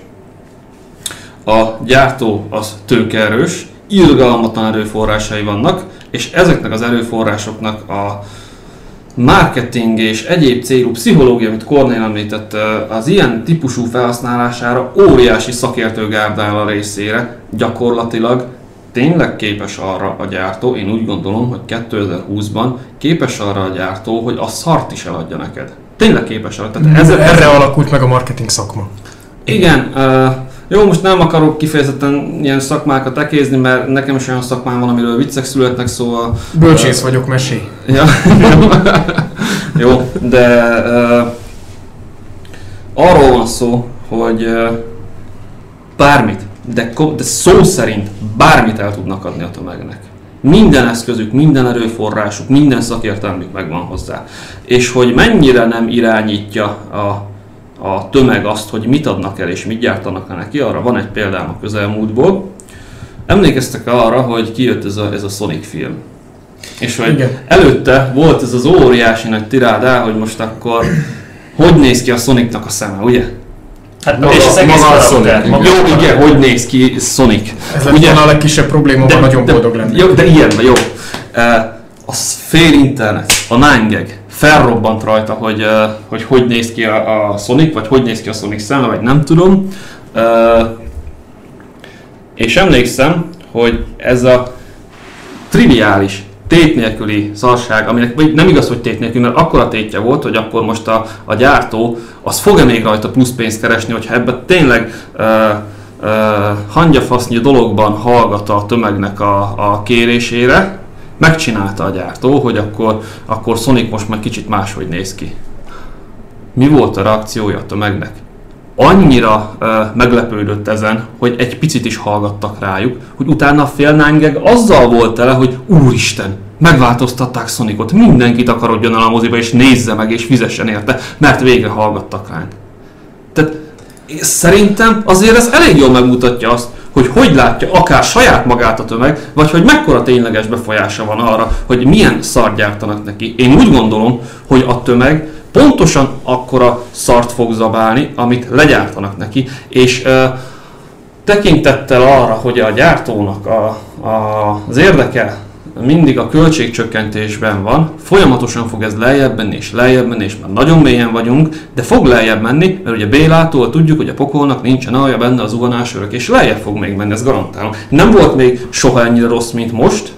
a gyártó az tőkeerős, irgalmatlan erőforrásai vannak, és ezeknek az erőforrásoknak a marketing és egyéb célú pszichológia, amit Kornél említett, az ilyen típusú felhasználására óriási szakértőgárda áll a részére, gyakorlatilag tényleg képes arra a gyártó, én úgy gondolom, hogy 2020-ban képes arra a gyártó, hogy a szart is eladja neked. Tényleg képes arra. Tehát erre alakult meg a marketing szakma. Igen, jó, most nem akarok kifejezetten ilyen szakmákat ekézni, mert nekem is olyan szakmám van, amiről viccek születnek, szóval... Bölcsész vagyok, mesélj! Ja, jó, de arról van szó, hogy bármit, de szó szerint bármit el tudnak adni a tömegnek. Minden eszközük, minden erőforrásuk, minden szakértelmük megvan hozzá. És hogy mennyire nem irányítja a tömeg azt, hogy mit adnak el és mit gyártanak el neki, arra van egy példám a közelmúltból. Emlékeztek arra, hogy kijött ez a Sonic film. És hogy igen. Előtte volt ez az óriási nagy tirádá, hogy most akkor hogy néz ki a Sonicnak a szeme, ugye? Hát maga, és az egész karakter. Jó, igen, hogy néz ki Sonic. Ez ugye a legkisebb probléma, van nagyon boldog lenni. Jó, de ilyen, jó. Az fél internet, a 9gag felrobbant rajta, hogy néz ki a Sonic, vagy hogy néz ki a Sonic szeme, vagy nem tudom. És emlékszem, hogy ez a triviális, tét nélküli szarság, aminek vagy nem igaz, hogy tét nélkül, mert akkora tétje volt, hogy akkor most a gyártó az fog-e még rajta plusz pénzt keresni, hogyha ebben tényleg hangyafasznyi dologban hallgat a tömegnek a kérésére. Megcsinálta a gyártó, hogy akkor Sonic most már kicsit máshogy néz ki. Mi volt a reakciója a tömegnek? Annyira meglepődött ezen, hogy egy picit is hallgattak rájuk, hogy utána a fél 9gag azzal volt tele, hogy úristen, megváltoztatták Sonicot, mindenkit akarodjon el a moziba és nézze meg és fizessen érte, mert végre hallgattak ránk. Tehát szerintem azért ez elég jól megmutatja azt, hogy látja akár saját magát a tömeg, vagy hogy mekkora tényleges befolyása van arra, hogy milyen szart gyártanak neki. Én úgy gondolom, hogy a tömeg pontosan akkora szart fog zabálni, amit legyártanak neki, és tekintettel arra, hogy a gyártónak az érdeke mindig a költségcsökkentésben van, folyamatosan fog ez lejjebb menni, és már nagyon mélyen vagyunk, de fog lejjebb menni, mert ugye Bélától tudjuk, hogy a pokolnak nincsen alja benne az uganásörök, és lejjebb fog még menni, ezt garantálom. Nem volt még soha ennyire rossz, mint most,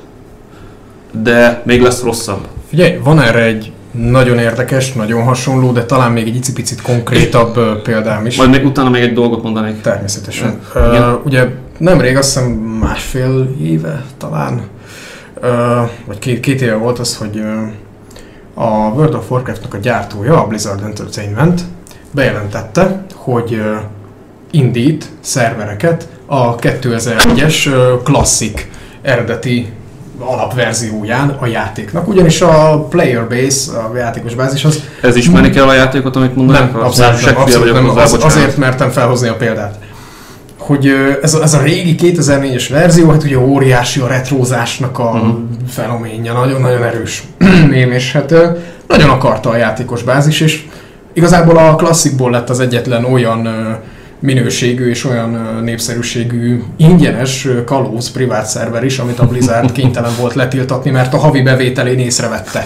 de még lesz rosszabb. Figyelj, van erre egy nagyon érdekes, nagyon hasonló, de talán még egy icipicit konkrétabb példám is. Majd még utána még egy dolgot mondanék. Természetesen. Ugye nemrég, azt hiszem másfél éve talán, vagy két éve volt az, hogy a World of Warcraft-nak a gyártója, a Blizzard Entertainment bejelentette, hogy indít szervereket a 2001-es Classic eredeti alapverzióján a játéknak, ugyanis a player base, a játékos bázis az... Ez ismerni kell a játékot, amit mondanak? Nem, abszolút nem. Azért mertem felhozni a példát. Hogy ez a régi 2004-es verzió, hát ugye óriási a retrózásnak a fenoménja, nagyon-nagyon erős mém, és hát nagyon akarta a játékos bázis, és igazából a Classicból lett az egyetlen olyan minőségű és olyan népszerűségű ingyenes kalóz privát szerver is, amit a Blizzard kénytelen volt letiltatni, mert a havi bevételén észrevette.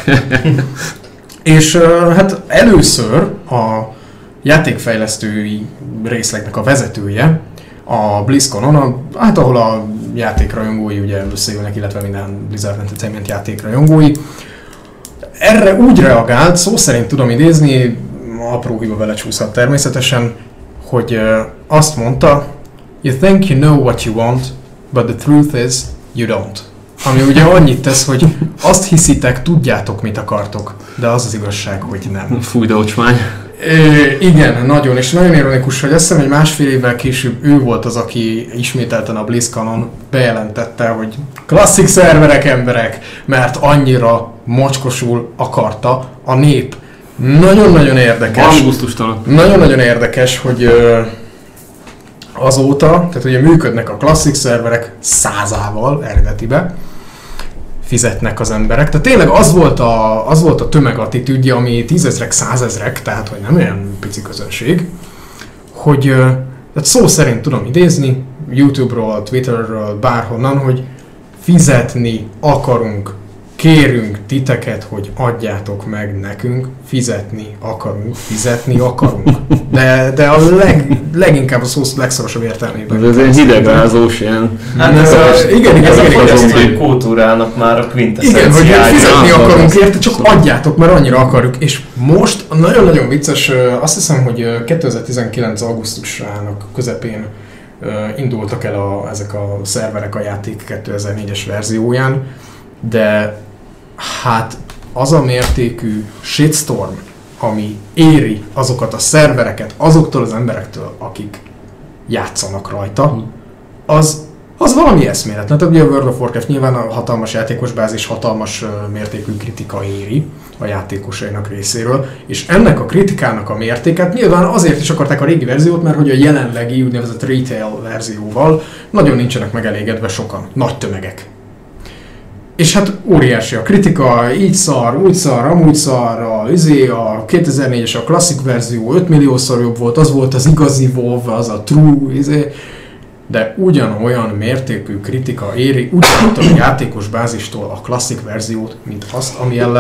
És hát először a játékfejlesztői részlegnek a vezetője, a BlizzConon, hát ahol a játékrajongói ugye összejönnek, illetve minden Blizzard Entertainment játékrajongói, erre úgy reagált, szó szerint tudom idézni, apró hiba belecsúszhat természetesen, hogy azt mondta, you think you know what you want, but the truth is, you don't. Ami ugye annyit tesz, hogy azt hiszitek, tudjátok, mit akartok, de az az igazság, hogy nem. Fúj, de ocsmány. Igen, nagyon, és nagyon ironikus, hogy azt hiszem, hogy másfél évvel később ő volt az, aki ismételten a BlizzConon bejelentette, hogy klasszik szerverek, emberek, mert annyira mocskosul akarta a nép. Nagyon-nagyon érdekes. Nagyon-nagyon érdekes, hogy azóta, tehát ugye működnek a klasszik szerverek 100-ával eredetibe, fizetnek az emberek. Tehát tényleg az volt a tömegattitűdje, ami 10 000-ek, 100 000-ek, tehát hogy nem olyan pici közönség, hogy tehát szó szerint tudom idézni, YouTube-ról, Twitterről, bárhonnan, hogy fizetni akarunk, kérünk titeket, hogy adjátok meg nekünk, fizetni akarunk. De a leginkább a szó legszorosabb értelmében. Ez egy hidegrázós ilyen. Hát ez a fogyasztói kultúrának már a quintessenciája. Igen, hogy fizetni akarunk érte, csak adjátok, mert annyira akarjuk. És most nagyon-nagyon vicces, azt hiszem, hogy 2019. augusztusának közepén indultak el ezek a szerverek a játék 2004-es verzióján, de hát az a mértékű shitstorm, ami éri azokat a szervereket, azoktól az emberektől, akik játszanak rajta, az valami eszméletlen. Tehát ugye a World of Warcraft nyilván a hatalmas játékos bázis, hatalmas mértékű kritika éri a játékosainak részéről, és ennek a kritikának a mértéket nyilván azért is akarták a régi verziót, mert hogy a jelenlegi úgynevezett retail verzióval nagyon nincsenek megelégedve sokan, nagy tömegek. És hát óriási a kritika, így szar, úgy szar, amúgy szar, a 2004-es a klasszik verzió 5 milliószor jobb volt, az volt az igazi WoW, az a true, de ugyanolyan mértékű kritika éri ugyanattól a játékos bázistól a klasszik verziót, mint azt,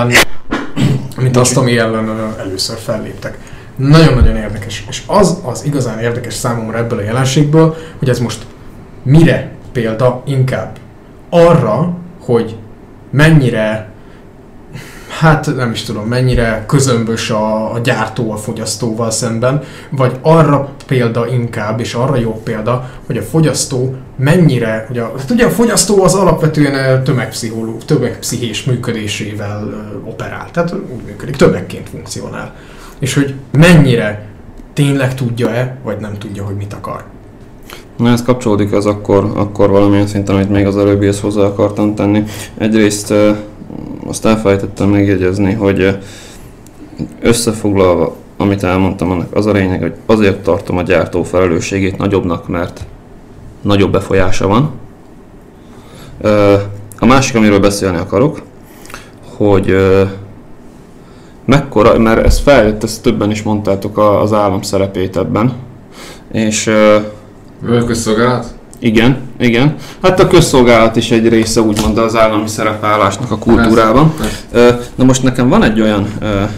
ami ellen először felléptek. Nagyon-nagyon érdekes. És az igazán érdekes számomra ebből a jelenségből, hogy ez most mire példa inkább? Arra, hogy mennyire, hát nem is tudom, mennyire közömbös a gyártó a fogyasztóval szemben, vagy arra példa inkább, és arra jó példa, hogy a fogyasztó mennyire, ugye a fogyasztó az alapvetően tömegpszichés működésével operál, tehát úgy működik, tömegként funkcionál. És hogy mennyire tényleg tudja-e, vagy nem tudja, hogy mit akar. Na ez kapcsolódik az akkor valamilyen szinten, amit még az előbbihez hozzá akartam tenni. Egyrészt azt elfelejtettem megjegyezni, hogy összefoglalva, amit elmondtam, annak az a lényeg, hogy azért tartom a gyártó felelősségét nagyobbnak, mert nagyobb befolyása van. A másik, amiről beszélni akarok, hogy mekkora, mert ez feljött, ezt többen is mondtátok az állam szerepét ebben, és a közszolgálat? Igen. Hát a közszolgálat is egy része úgymond az állami szerepvállásnak a kultúrában. Na most nekem van egy olyan,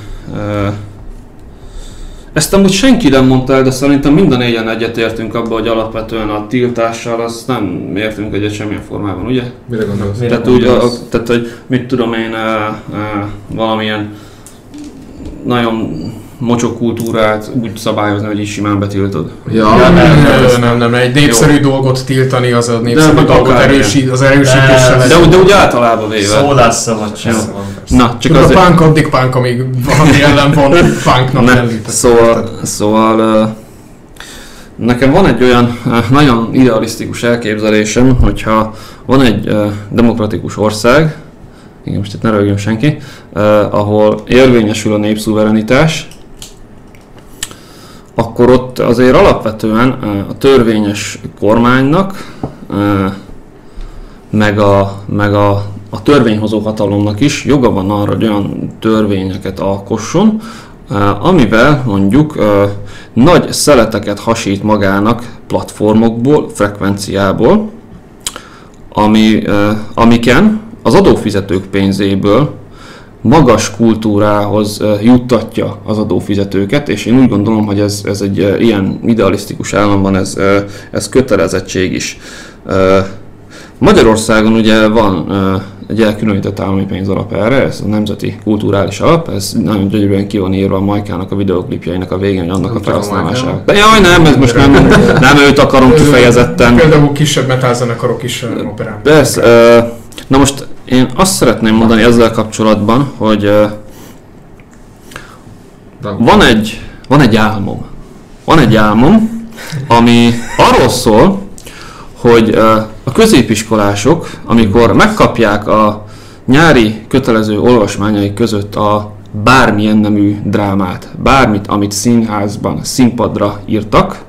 ezt amúgy senki nem mondta el, de szerintem mind a négyen egyetértünk abban, hogy alapvetően a tiltással azt nem értünk egyet semmilyen formában, ugye? Mire gondolsz? Tehát, hogy mit tudom én, valamilyen nagyon mocsok kultúrát úgy szabályozni, hogy így simán betiltod. Nem, egy népszerű dolgot tiltani, az a népszerű dolgot erősítéssel. De úgy általában véve. Szólásszabadság van. Na, csak a punk addig punk, amíg valami ellen van, punknak ellítek. Szóval nekem van egy olyan nagyon idealisztikus elképzelésem, hogyha van egy demokratikus ország, igen, most itt ne rögjön senki, ahol érvényesül a népszuverenitás, akkor ott azért alapvetően a törvényes kormánynak, meg a törvényhozó hatalomnak is joga van arra, hogy olyan törvényeket alkosson, amivel mondjuk nagy szeleteket hasít magának platformokból, frekvenciából, amiken az adófizetők pénzéből magas kultúrához juttatja az adófizetőket, és én úgy gondolom, hogy ez egy ilyen idealisztikus államban ez kötelezettség is. Magyarországon ugye van egy elkülönített állami pénzalap erre, ez a Nemzeti Kulturális Alap, ez nagyon gyönyörűen ki van írva a Majkának a videóklipjeinek a végén, hogy annak a felhasználására. De jaj, nem, ez most nem őt akarom kifejezetten. Például kisebb metalzenekarok is operálnak. Persze. Na most én azt szeretném mondani ezzel kapcsolatban, hogy van egy álmom. Van egy álmom, ami arról szól, hogy a középiskolások, amikor megkapják a nyári kötelező olvasmányaik között a bármilyen nemű drámát, bármit, amit színházban, színpadra írtak,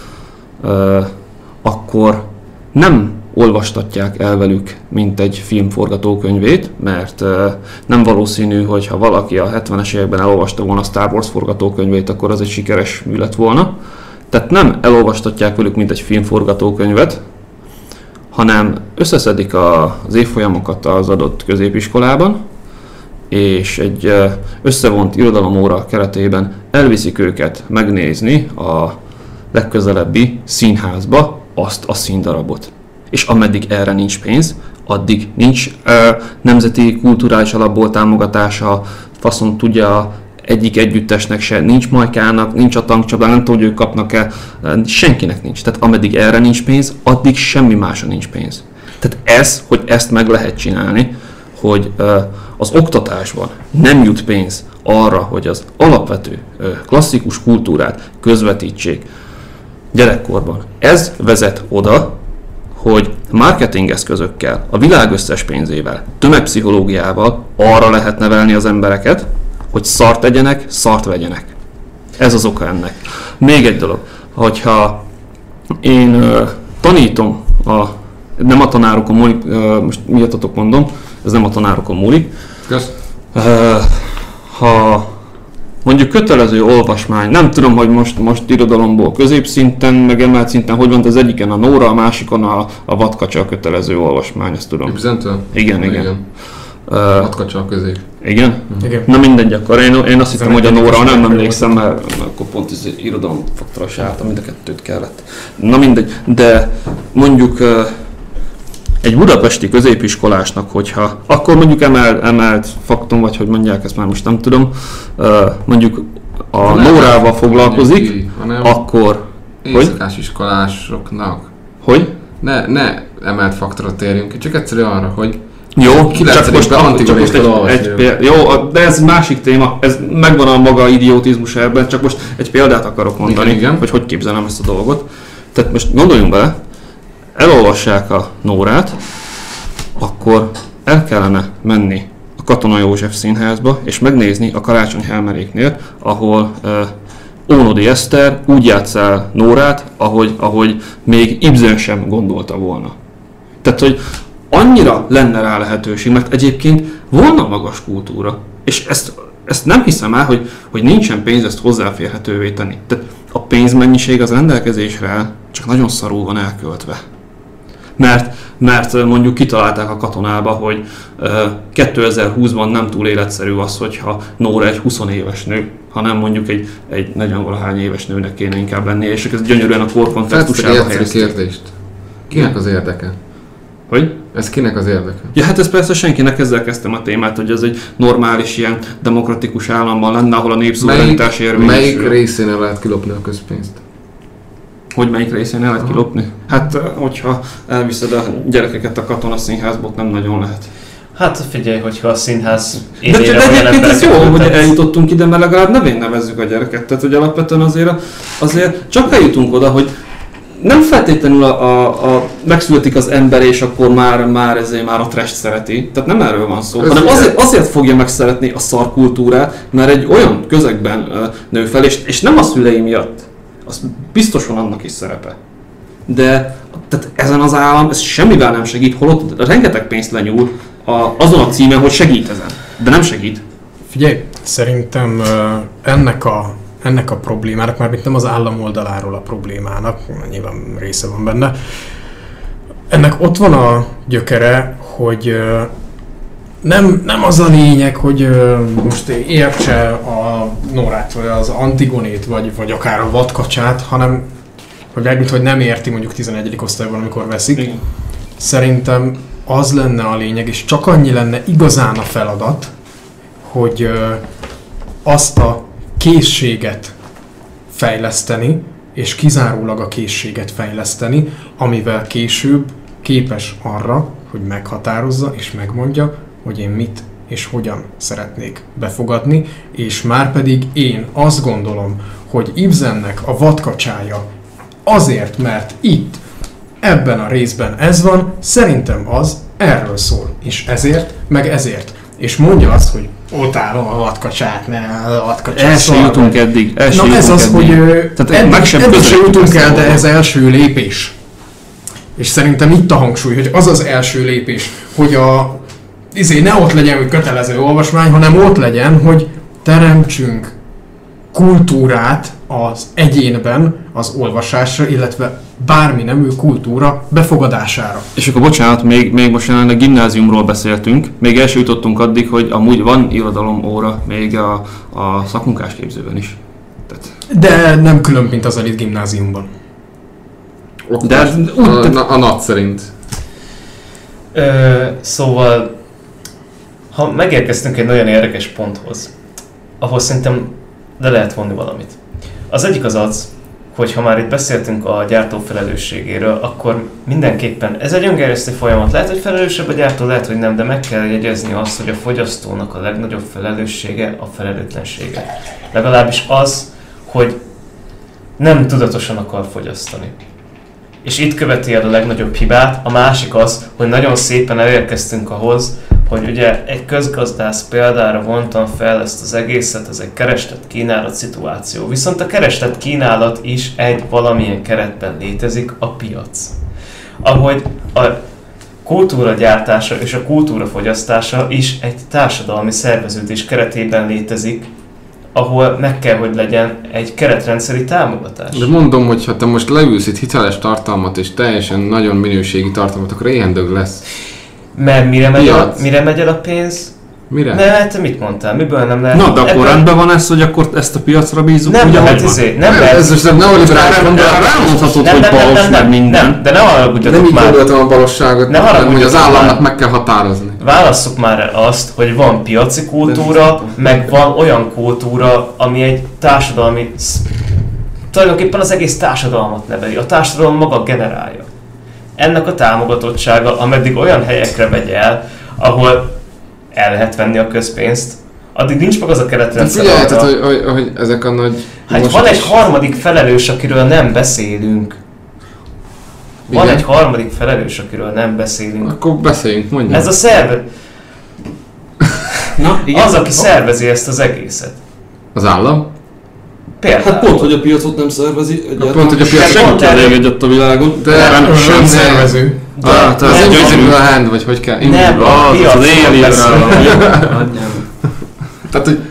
akkor nem olvastatják el velük, mint egy filmforgatókönyvét, mert nem valószínű, hogy ha valaki a 70-es években elolvasta volna a Star Wars forgatókönyvét, akkor az egy sikeres mű lett volna. Tehát nem elolvastatják velük, mint egy filmforgatókönyvet, hanem összeszedik az évfolyamokat az adott középiskolában, és egy összevont irodalomóra keretében elviszik őket megnézni a legközelebbi színházba azt a színdarabot. És ameddig erre nincs pénz, addig nincs nemzeti kulturális alapból támogatása, faszon tudja egyik együttesnek se, nincs Majkának, nincs a tankcsapdának, nem tudom, hogy ők kapnak-e, senkinek nincs. Tehát ameddig erre nincs pénz, addig semmi másra nincs pénz. Tehát hogy ezt meg lehet csinálni, hogy az oktatásban nem jut pénz arra, hogy az alapvető klasszikus kultúrát közvetítsék gyerekkorban. Ez vezet oda, hogy marketing eszközökkel, a világ összes pénzével, tömegpszichológiával arra lehet nevelni az embereket, hogy szart tegyenek, szart vegyenek. Ez az oka ennek. Még egy dolog, hogyha én tanítom a nem a tanárokon múlik, most miattatok mondom, ez nem a tanárokon múlik. Ha mondjuk kötelező olvasmány, nem tudom, hogy most irodalomból középszinten, meg emelt szinten, hogy van az egyiken a Nóra, a másikon a Vadkacsa a kötelező olvasmány, ezt tudom. Ibzentől? Igen. Vadkacsa a közép. Igen? Igen. Na mindegy, akkor én azt hittem, hogy a Nóra, nem emlékszem, mert akkor pont ez irodalomfaktoros álltam, mind a kettőt kellett. Na mindegy, de mondjuk egy budapesti középiskolásnak, hogyha akkor mondjuk emelt faktum, vagy hogy mondják, ezt már most nem tudom, mondjuk a Nórával foglalkozik, akkor... Éjszakás iskolásoknak. Hogy? Ne emelt faktorra térjünk ki, csak egyszerűen arra, hogy jó, csak most jó, de ez másik téma, ez megvan a maga idiotizmus ebben, csak most egy példát akarok mondani, igen. hogy képzelem ezt a dolgot. Tehát most gondoljunk bele, elolvassák a Nórát, akkor el kellene menni a Katona József Színházba, és megnézni a Karácsony Helmeréknél, ahol Ónodi Eszter úgy játsszál Nórát, ahogy még Ibsen sem gondolta volna. Tehát, hogy annyira lenne rá lehetőség, mert egyébként volna magas kultúra, és ezt nem hiszem el, hogy nincsen pénz ezt hozzáférhetővé tenni. Tehát a pénzmennyiség az rendelkezésre áll, csak nagyon szarul van elköltve. Mert mondjuk kitalálták a Katonába, hogy 2020-ban nem túl életszerű az, hogyha Nóra egy 20 éves nő, hanem mondjuk egy 40-valahány éves nőnek kéne inkább lennie, és ez gyönyörűen a korkontextusába helyezték. kérdést. Kinek az érdeke? Hogy? Ez kinek az érdeke? Ja, hát ez persze senkinek, ezzel kezdtem a témát, hogy ez egy normális, ilyen demokratikus államban lenne, ahol a népszuverenitás érvényesül. Melyik részénél lehet kilopni a közpénzt? Hogy melyik részénél lehet kilopni? Hát, hogyha elviszed a gyerekeket a Katona Színházból, nem nagyon lehet. Hát figyelj, hogyha a színház de egyébként ez jó, hogy eljutottunk ide, mert legalább nevén nevezzük a gyereket. Tehát, hogy alapvetően azért csak eljutunk oda, hogy nem feltétlenül megszületik az ember, és akkor már a trash szereti. Tehát nem erről van szó, hanem azért fogja megszeretni a szarkultúrát, mert egy olyan közegben nő fel, és nem a szülei miatt. Az biztos van annak is szerepe. De tehát ezen az állam ez semmivel nem segít, holott rengeteg pénzt lenyúl azon a címen, hogy segít ezen. De nem segít. Figyelj, szerintem ennek a problémának, már nem az állam oldaláról a problémának, nyilván része van benne, ennek ott van a gyökere, hogy nem az a lényeg, hogy most értse a Nórát, vagy az Antigonét, vagy akár a Vadkacsát, hanem hogy nem érti mondjuk 11. osztályban, amikor veszik. Igen. Szerintem az lenne a lényeg, és csak annyi lenne igazán a feladat, hogy azt a készséget fejleszteni, és kizárólag a készséget fejleszteni, amivel később képes arra, hogy meghatározza és megmondja, hogy én mit és hogyan szeretnék befogadni, és márpedig én azt gondolom, hogy Ibsennek a Vadkacsája azért, mert itt, ebben a részben ez van, szerintem az erről szól, és ezért, meg ezért. És mondja azt, hogy utálom a Vadkacsát, a Vadkacsát. El se jutunk eddig. Na ez az, hogy eddig se jutunk el, de ez első lépés. És szerintem itt a hangsúly, hogy az az első lépés, hogy ne ott legyen, hogy kötelező olvasmány, hanem ott legyen, hogy teremtsünk kultúrát az egyénben az olvasásra, illetve bármi nemű kultúra befogadására. És akkor bocsánat, még most a gimnáziumról beszéltünk, még el sem jutottunk addig, hogy amúgy van irodalom óra még a szakmunkásképzőben is. De nem külön, mint az elit gimnáziumban. De a NAT szerint. Szóval, ha megérkeztünk egy nagyon érdekes ponthoz, ahol szerintem le lehet vonni valamit. Az egyik az, hogy ha már itt beszéltünk a gyártó felelősségéről, akkor mindenképpen ez egy öngerjesztő folyamat. Lehet, hogy felelősebb a gyártó, lehet, hogy nem, de meg kell jegyezni azt, hogy a fogyasztónak a legnagyobb felelőssége a felelőtlensége. Legalábbis az, hogy nem tudatosan akar fogyasztani. És itt követi el a legnagyobb hibát. A másik az, hogy nagyon szépen elérkeztünk ahhoz, hogy ugye egy közgazdász példára vontam fel ezt az egészet, ez egy kereslet-kínálat szituáció. Viszont a kereslet-kínálat is egy valamilyen keretben létezik, a piac. Ahogy a kultúra gyártása és a kultúra fogyasztása is egy társadalmi szerveződés keretében létezik, ahol meg kell, hogy legyen egy keretrendszeri támogatás. De mondom, hogy ha te most leülsz itt hiteles tartalmat és teljesen nagyon minőségi tartalmat, akkor éhendög lesz. Mert mire megy el a pénz? Mire? Mert te mit mondtál? Miből nem lehet? Na, de akkor rendben van ez, hogy akkor ezt a piacra bízzuk, nem ugye, lehet, nem lehet. Ez most nem neoliberális elmondhatod, hogy balos, meg minden. De ne haragudjatok már. Nem így gondoltam a balosságot, hogy az államnak meg kell határozni. Válasszuk már azt, hogy van piaci kultúra, meg van olyan kultúra, ami egy társadalmi... Tulajdonképpen az egész társadalmat neveli, a társadalom maga generálja. Ennek a támogatottsága, ameddig olyan helyekre megy el, ahol el lehet venni a közpénzt, addig nincs meg az a keretrendszer. Figyelj, hogy ezek a nagy... Hát van egy harmadik felelős, akiről nem beszélünk. Van egy harmadik felelős, akiről nem beszélünk. Akkor beszéljünk, mondjam. Ez a szerve... Na, az, aki szervezi ezt az egészet. Az állam? Például. Hát pont, hogy a piacot nem szervezi. Pont, hogy a piacot senki nem elégedett a világon. De nem szervező. Az egy hand, vagy hogy kell? Nem, a piacról beszélünk. Tehát, hogy...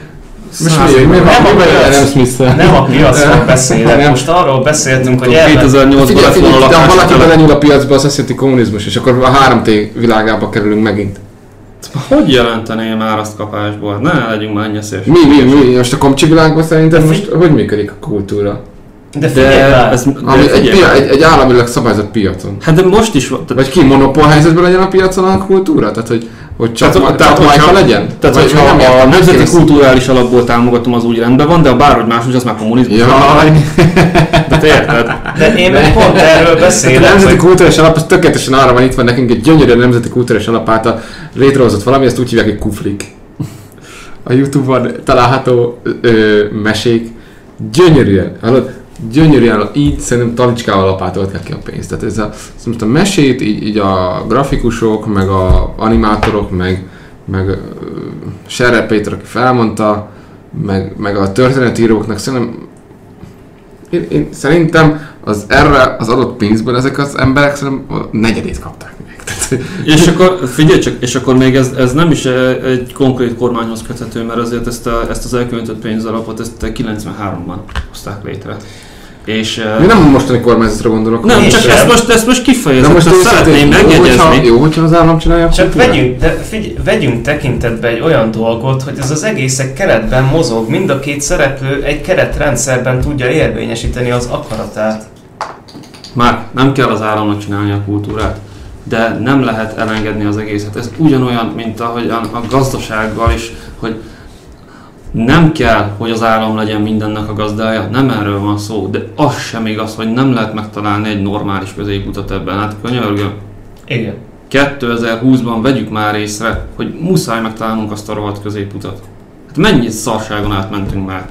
Nem a piacról beszélek, most arról beszéltünk, hogy 2008-ban lett volna a lakás. Ha valaki belenyúl a piacba, az azt jelenti kommunizmus, és akkor a 3T világába kerülünk megint. Hogy jelentené már azt kapásból? Ne legyünk már ennyi szélső. Mi? Most a komcsi világban szerinted most hogy működik a kultúra? Egy államilag szabályozott piacon. Hát de most is van. Vagy ki monopól helyzetben legyen a piacon a kultúra? Tehát, hogy csak táplájka legyen? Tehát, hogyha a nemzeti kulturális alapból támogatom, az úgy rendben van, de a bárhogy máshogy, az már kommunizmus. De te érted? De én meg pont erről beszélek. A nemzeti kulturális alap, az tökéletesen arra van, itt van nekünk egy gyönyörű nemzeti kulturális alap által létrehozott valami, ezt úgy hívják, hogy kuflik. A YouTube-on található mesék gyönyörűen, így szerintem talicskával lapától kell ki a pénzt. Tehát ez a mesét, így a grafikusok, meg a animátorok, meg Scherer Péter, aki felmondta, meg a történetíróknak szerintem erre az adott pénzből ezek az emberek szerintem a negyedét kapták meg. És akkor figyelj csak, és akkor még ez nem is egy konkrét kormányhoz köthető, mert azért ezt az elkülönített pénzalapot ezt 93-ban hozták létre. És, mi nem a mostani kormányzatra gondolok. Nem, csak ezt most kifejezetten szeretném megjegyezni. Jó, hogyha az állam csinálja. Csak vegyünk tekintetbe egy olyan dolgot, hogy ez az egész egy keretben mozog, mind a két szereplő egy keretrendszerben tudja érvényesíteni az akaratát. Már nem kell az államnak csinálni a kultúrát, de nem lehet elengedni az egészet. Ez ugyanolyan, mint ahogy a gazdasággal is, hogy nem kell, hogy az állam legyen mindennek a gazdája, nem erről van szó, de az sem igaz, hogy nem lehet megtalálni egy normális középutat ebben. Hát könyörgöm. Igen. 2020-ban vegyük már észre, hogy muszáj megtalálnunk azt a rohadt középutat. Hát mennyi szarságon átmentünk már.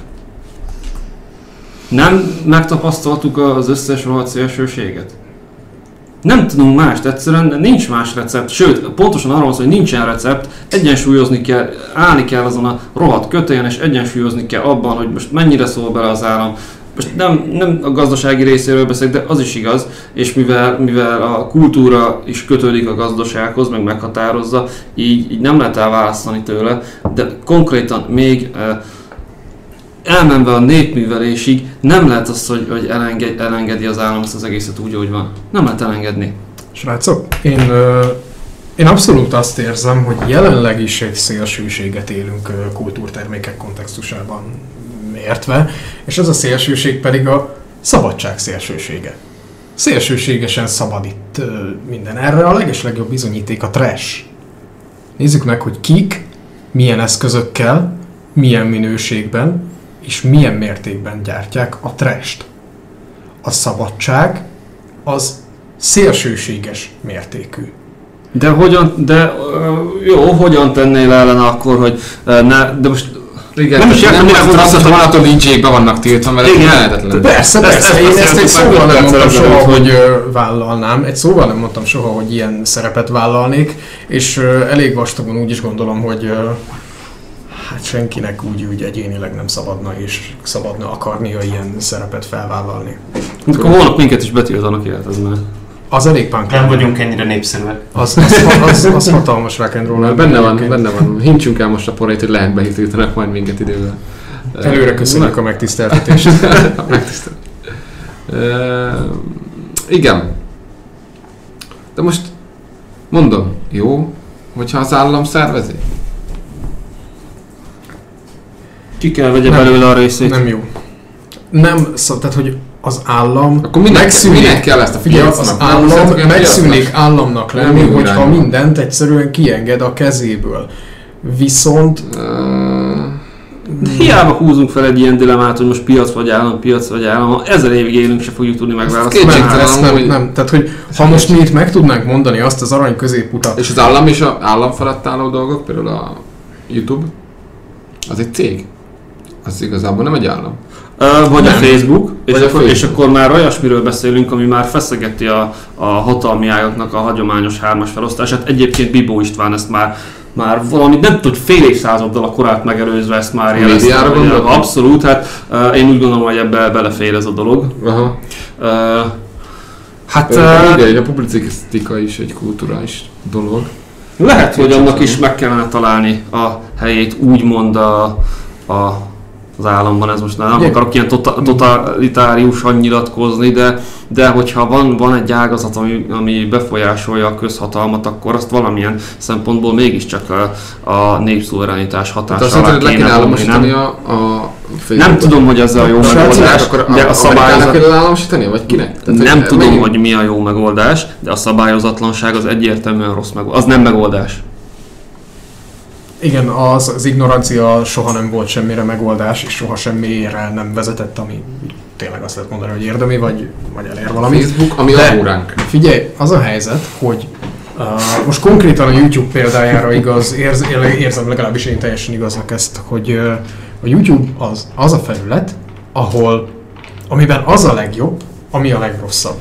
Nem megtapasztaltuk az összes rohadt szélsőséget? Nem tudunk mást, egyszerűen nincs más recept, sőt, pontosan arról van, hogy nincsen recept, egyensúlyozni kell, állni kell azon a rohadt kötélyen, és egyensúlyozni kell abban, hogy most mennyire szól bele az állam. Most nem a gazdasági részéről beszélek, de az is igaz, és mivel a kultúra is kötődik a gazdasághoz, meg meghatározza, így nem lehet elválasztani tőle, de konkrétan még elmenve a népművelésig nem lehet az, hogy elengedi az állam ezt az egészet úgy, ahogy van. Nem lehet elengedni. Srácok, én abszolút azt érzem, hogy jelenleg is egy szélsőséget élünk kultúrtermékek kontextusában értve, és ez a szélsőség pedig a szabadság szélsősége. Szélsőségesen szabad itt minden. Erre a legeslegjobb bizonyíték a trash. Nézzük meg, hogy kik, milyen eszközökkel, milyen minőségben, és milyen mértékben gyártják a trash-t. A szabadság az szélsőséges mértékű. De hogyan tennél ellen akkor, hogy de most igen, nem is értem, hogy azt a vonaton nincs be vannak tiltva, mert ez lehetetlen. Persze, én ezt egy szóval nem mondtam soha, hogy vállalnám. Egy szóval nem mondtam soha, hogy ilyen szerepet vállalnék, és elég vastagon úgy is gondolom, hogy hát senkinek úgy egyénileg nem szabadna és szabadna akarnia ilyen szerepet felvállalni. Akkor holnap minket is betiltanak, érted már. az elég punk. Nem vagyunk ennyire népszerűek. Az hatalmas rock and roll. Benne van. Hintsünk el most a porrét, hogy lehet behítítanak majd minket idővel. Előre köszönjük a megtiszteltetést. Igen. De most mondom, jó, hogyha az állam szervezi? Ki kell vegye belőle a részét. Nem jó. Nem, tehát hogy az állam akkor minek kell ezt a piacnak? Az állam megszűnik államnak lenni, hogyha mindent egyszerűen kienged a kezéből. Viszont... Hiába húzunk fel egy ilyen dilemmát, hogy most piac vagy állam, ha 1000 évig élünk, se fogjuk tudni megválaszolni. Nem. Tehát, hogy ha most mi itt meg tudnánk mondani azt az arany középutat... És az állam és az állam felett álló dolgok, például a YouTube, az egy cég. Az igazából nem egy állam. Vagy a Facebook, és akkor már olyasmiről beszélünk, ami már feszegeti a hatalmi ágaknak a hagyományos hármas felosztását. Egyébként Bibó István ezt már valami, nem tudom, fél évszázaddal a korát megelőzve ezt már jelezte. Abszolút, hát én úgy gondolom, hogy ebbe belefér ez a dolog. Aha. A publicisztika is egy kulturális dolog. Lehet, hogy annak is meg kellene találni a helyét, úgymond az államban, ez most nem akarok ilyen totalitáriusan nyilatkozni, de hogyha van egy ágazat, ami befolyásolja a közhatalmat, akkor azt valamilyen szempontból mégiscsak a népszuverenitás hatása alá kéne államosítani a nem tudom, hogy ez a jó megoldás, de a szabályozat... államosítani, vagy kinek? Nem tudom, hogy mi a jó megoldás, de a szabályozatlanság az egyértelműen rossz megoldás. Az nem megoldás. Igen, az ignorancia soha nem volt semmire megoldás, és soha semmire nem vezetett, ami tényleg azt lehet mondani, hogy érdemi, vagy elér valami. Facebook, ami a óránk. Figyelj, az a helyzet, hogy most konkrétan a YouTube példájára igaz, érzem legalábbis én teljesen igaznak ezt, hogy a YouTube az a felület, amiben az a legjobb, ami a legrosszabb.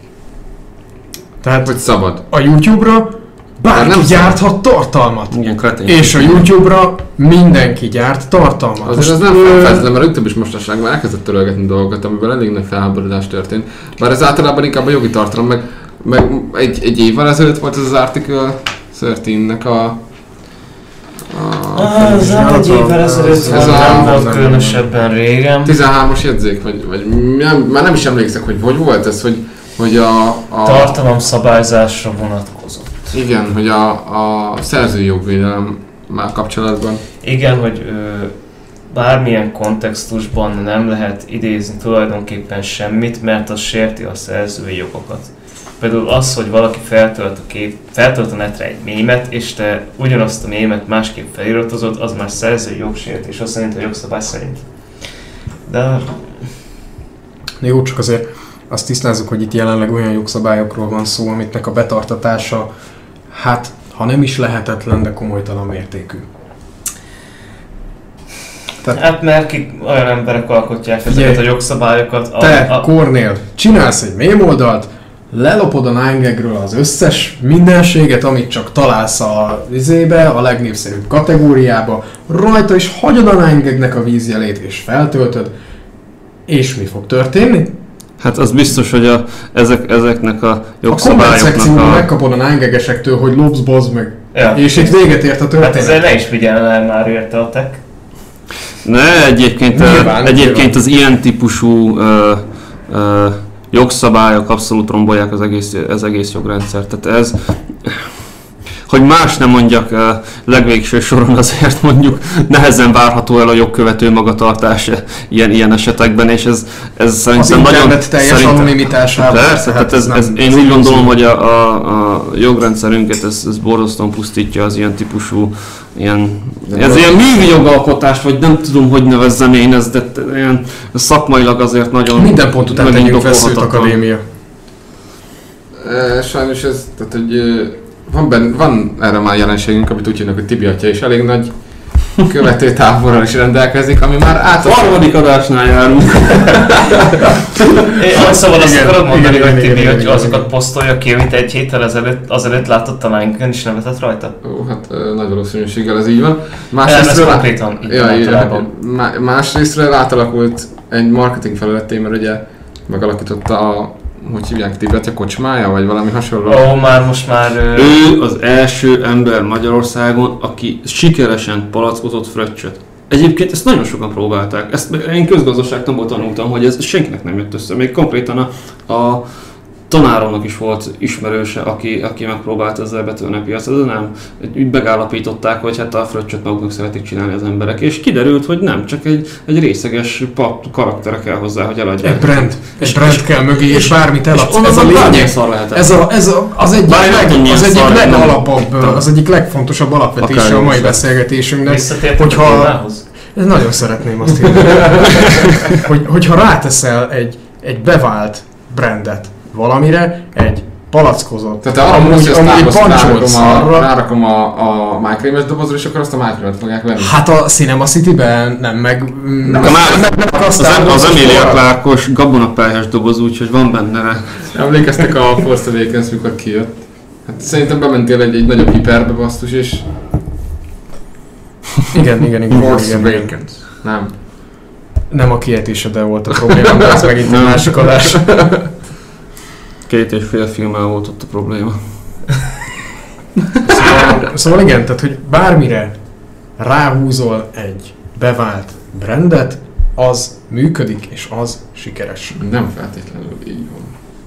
Tehát hogy szabad. A YouTube-ra bárki gyárthat tartalmat. Igen, és a YouTube-ra mindenki gyárt tartalmat. Azért az nem feltétlenül, mert több is mostanságban elkezdett törölgetni dolgokat, amiben elég nagy felháborodás történt. Bár ez általában inkább a jogi tartalom, meg egy évvel ezelőtt volt ez az Article 13-nek az egy évvel ezelőtt volt különösebben régen. 13-as jegyzék, vagy már nem is emlékszek, hogy volt ez, hogy a tartalomszabályzásra vonatkozott. Igen, hogy a szerzői jogvédelem már kapcsolatban. Igen, hogy bármilyen kontextusban nem lehet idézni tulajdonképpen semmit, mert az sérti a szerzői jogokat. Például az, hogy valaki feltölt a netre egy mémet, és te ugyanazt a mémet másképp feliratozod, az már szerzői jogsértés, az szerint a jogszabály szerint. De... Jó, csak azért azt tisztázzuk, hogy itt jelenleg olyan jogszabályokról van szó, amiknek a betartatása, hát, ha nem is lehetetlen, de komolytalan mértékű. Hát mert olyan emberek alkotják ezeket a jogszabályokat. Kornél, csinálsz egy mém oldalt, lelopod a 9gagről az összes mindenséget, amit csak találsz a legnépszerűbb kategóriába, rajta is hagyod a 9gagnek a vízjelét és feltöltöd, és mi fog történni? Hát az biztos, hogy ezeknek a jogszabályoknak a komment szekcióban megkapod a 9gagesektől, hogy lopsz, bazd meg. Ja. És itt véget ért a történet. Hát ezzel ne is figyelne már érte a tek. Ne, egyébként az ilyen típusú jogszabályok abszolút rombolják az egész jogrendszert. Tehát ez, hogy más nem mondjak, legvégső soron azért mondjuk nehezen várható el a jogkövető magatartás ilyen esetekben, és ez szerintem nagyon... Az teljes anonimitásában. Persze, tehát én úgy gondolom, hogy a jogrendszerünket ez borzasztóan pusztítja az ilyen típusú, ez ilyen művi jogalkotás, vagy nem tudom, hogy nevezzem én ezt, de ilyen szakmailag azért nagyon... Minden pont után tegyünk feszült akadémia. Sajnos ez, tehát hogy... Van erre már jelenségünk, amit úgy hívnak, hogy Tibi atya is elég nagy követőtáborral is rendelkezik, ami már harmadik adásnál járunk. Szóval azt akarod mondani, hogy Tibi atya azokat posztolja ki, amit egy héttel azelőtt látott a 9-en és nevetett rajta? Ó, hát nagy valószínűséggel ez így van. Másrésztről átalakult egy marketing felületé, mert ugye megalakította hogy hívják, Tibet kocsmája, vagy valami hasonló? Most már... Ő az első ember Magyarországon, aki sikeresen palackozott fröccsöt. Egyébként ezt nagyon sokan próbálták. Ezt én közgazdaságtanból tanultam, hogy ez senkinek nem jött össze. Még konkrétan a tanáromnak is volt ismerőse, aki megpróbált ezzel betörni a piacra, de nem. Úgy megállapították, hogy hát a fröccsöt maguknak szeretik csinálni az emberek. És kiderült, hogy nem, csak egy részeges pap karaktere kell hozzá, hogy eladják. Egy brand kell mögé, és bármit eladsz. Ez a lényeg. Az egyik legfontosabb alapvetése a mai beszélgetésünknek. Visszatértek a témához? Nagyon szeretném azt hinni. Hogyha ráteszel egy bevált brandet valamire, egy palackozott. Tehát amúgy rárakom a májkrémes dobozra, és akkor azt a májkrémet fogják venni. Hát a Cinema City-ben nem az Emilia Clarke-os gabonapelyhes doboz, úgyhogy van benne. Emlékeztek a Force Awakens, mikor kijött? Hát szerintem bementél egy nagyobb hiperbe, basszus, és... Igen. Force Awakens. Nem. Nem a kiejtéseddel volt a probléma, de ez megint egy másik adás. 2,5 filmmel volt ott a probléma. Szóval igen, tehát hogy bármire ráhúzol egy bevált brandet, az működik, és az sikeres. Nem feltétlenül így van.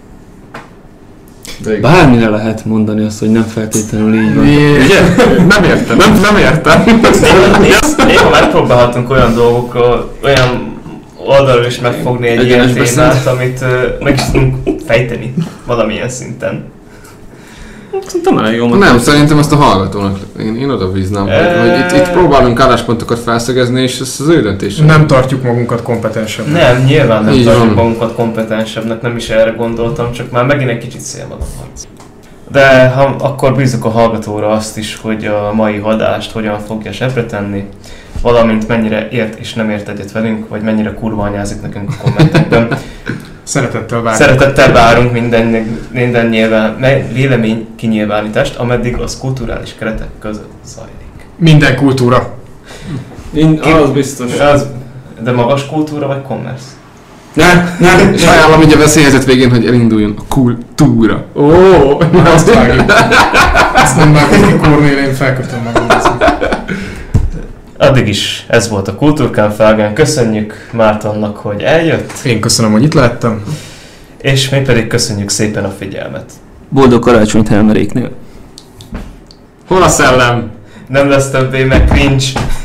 Bármire lehet mondani azt, hogy nem feltétlenül így van. Ugye? Nem értem. Néha megpróbálhatunk olyan dolgokról, olyan oldalról is megfogni egy ilyen témát, amit meg is tudunk fejteni valamilyen szinten. Szerintem elég jó. Nem, szerintem ezt a hallgatónak én oda bíznám, hogy itt próbálunk álláspontokat felszögezni, és ez az ő döntés. Nem tartjuk magunkat kompetensebbnek. Nem, nyilván nem tartjuk magunkat kompetensebbnek, nem is erre gondoltam, csak már megint egy kicsit szélvadon harc. De akkor bízzuk a hallgatóra azt is, hogy a mai adást hogyan fogja zsebre tenni, valamint mennyire ért és nem ért egyet velünk, vagy mennyire kurva anyázik nekünk a kommentekben. Szeretettel várunk minden vélemény kinyilvánítást, ameddig az kulturális keretek között zajlik. Minden kultúra. Az biztos. De magas kultúra vagy commerce? Nem. És ajánlom így a veszélyhelyzet végén, hogy elinduljon a kultúra. Azt vágjuk. Ezt nem vágjuk ki Kornélén, felkötöm magam. Addig is ez volt a Kulturkampfwagen. Köszönjük Mártonnak, hogy eljött. Én köszönöm, hogy itt lehettem. És mi pedig köszönjük szépen a figyelmet. Boldog karácsonyt Helmeréknél. Hol a szellem? Nem lesz többé meg cringe.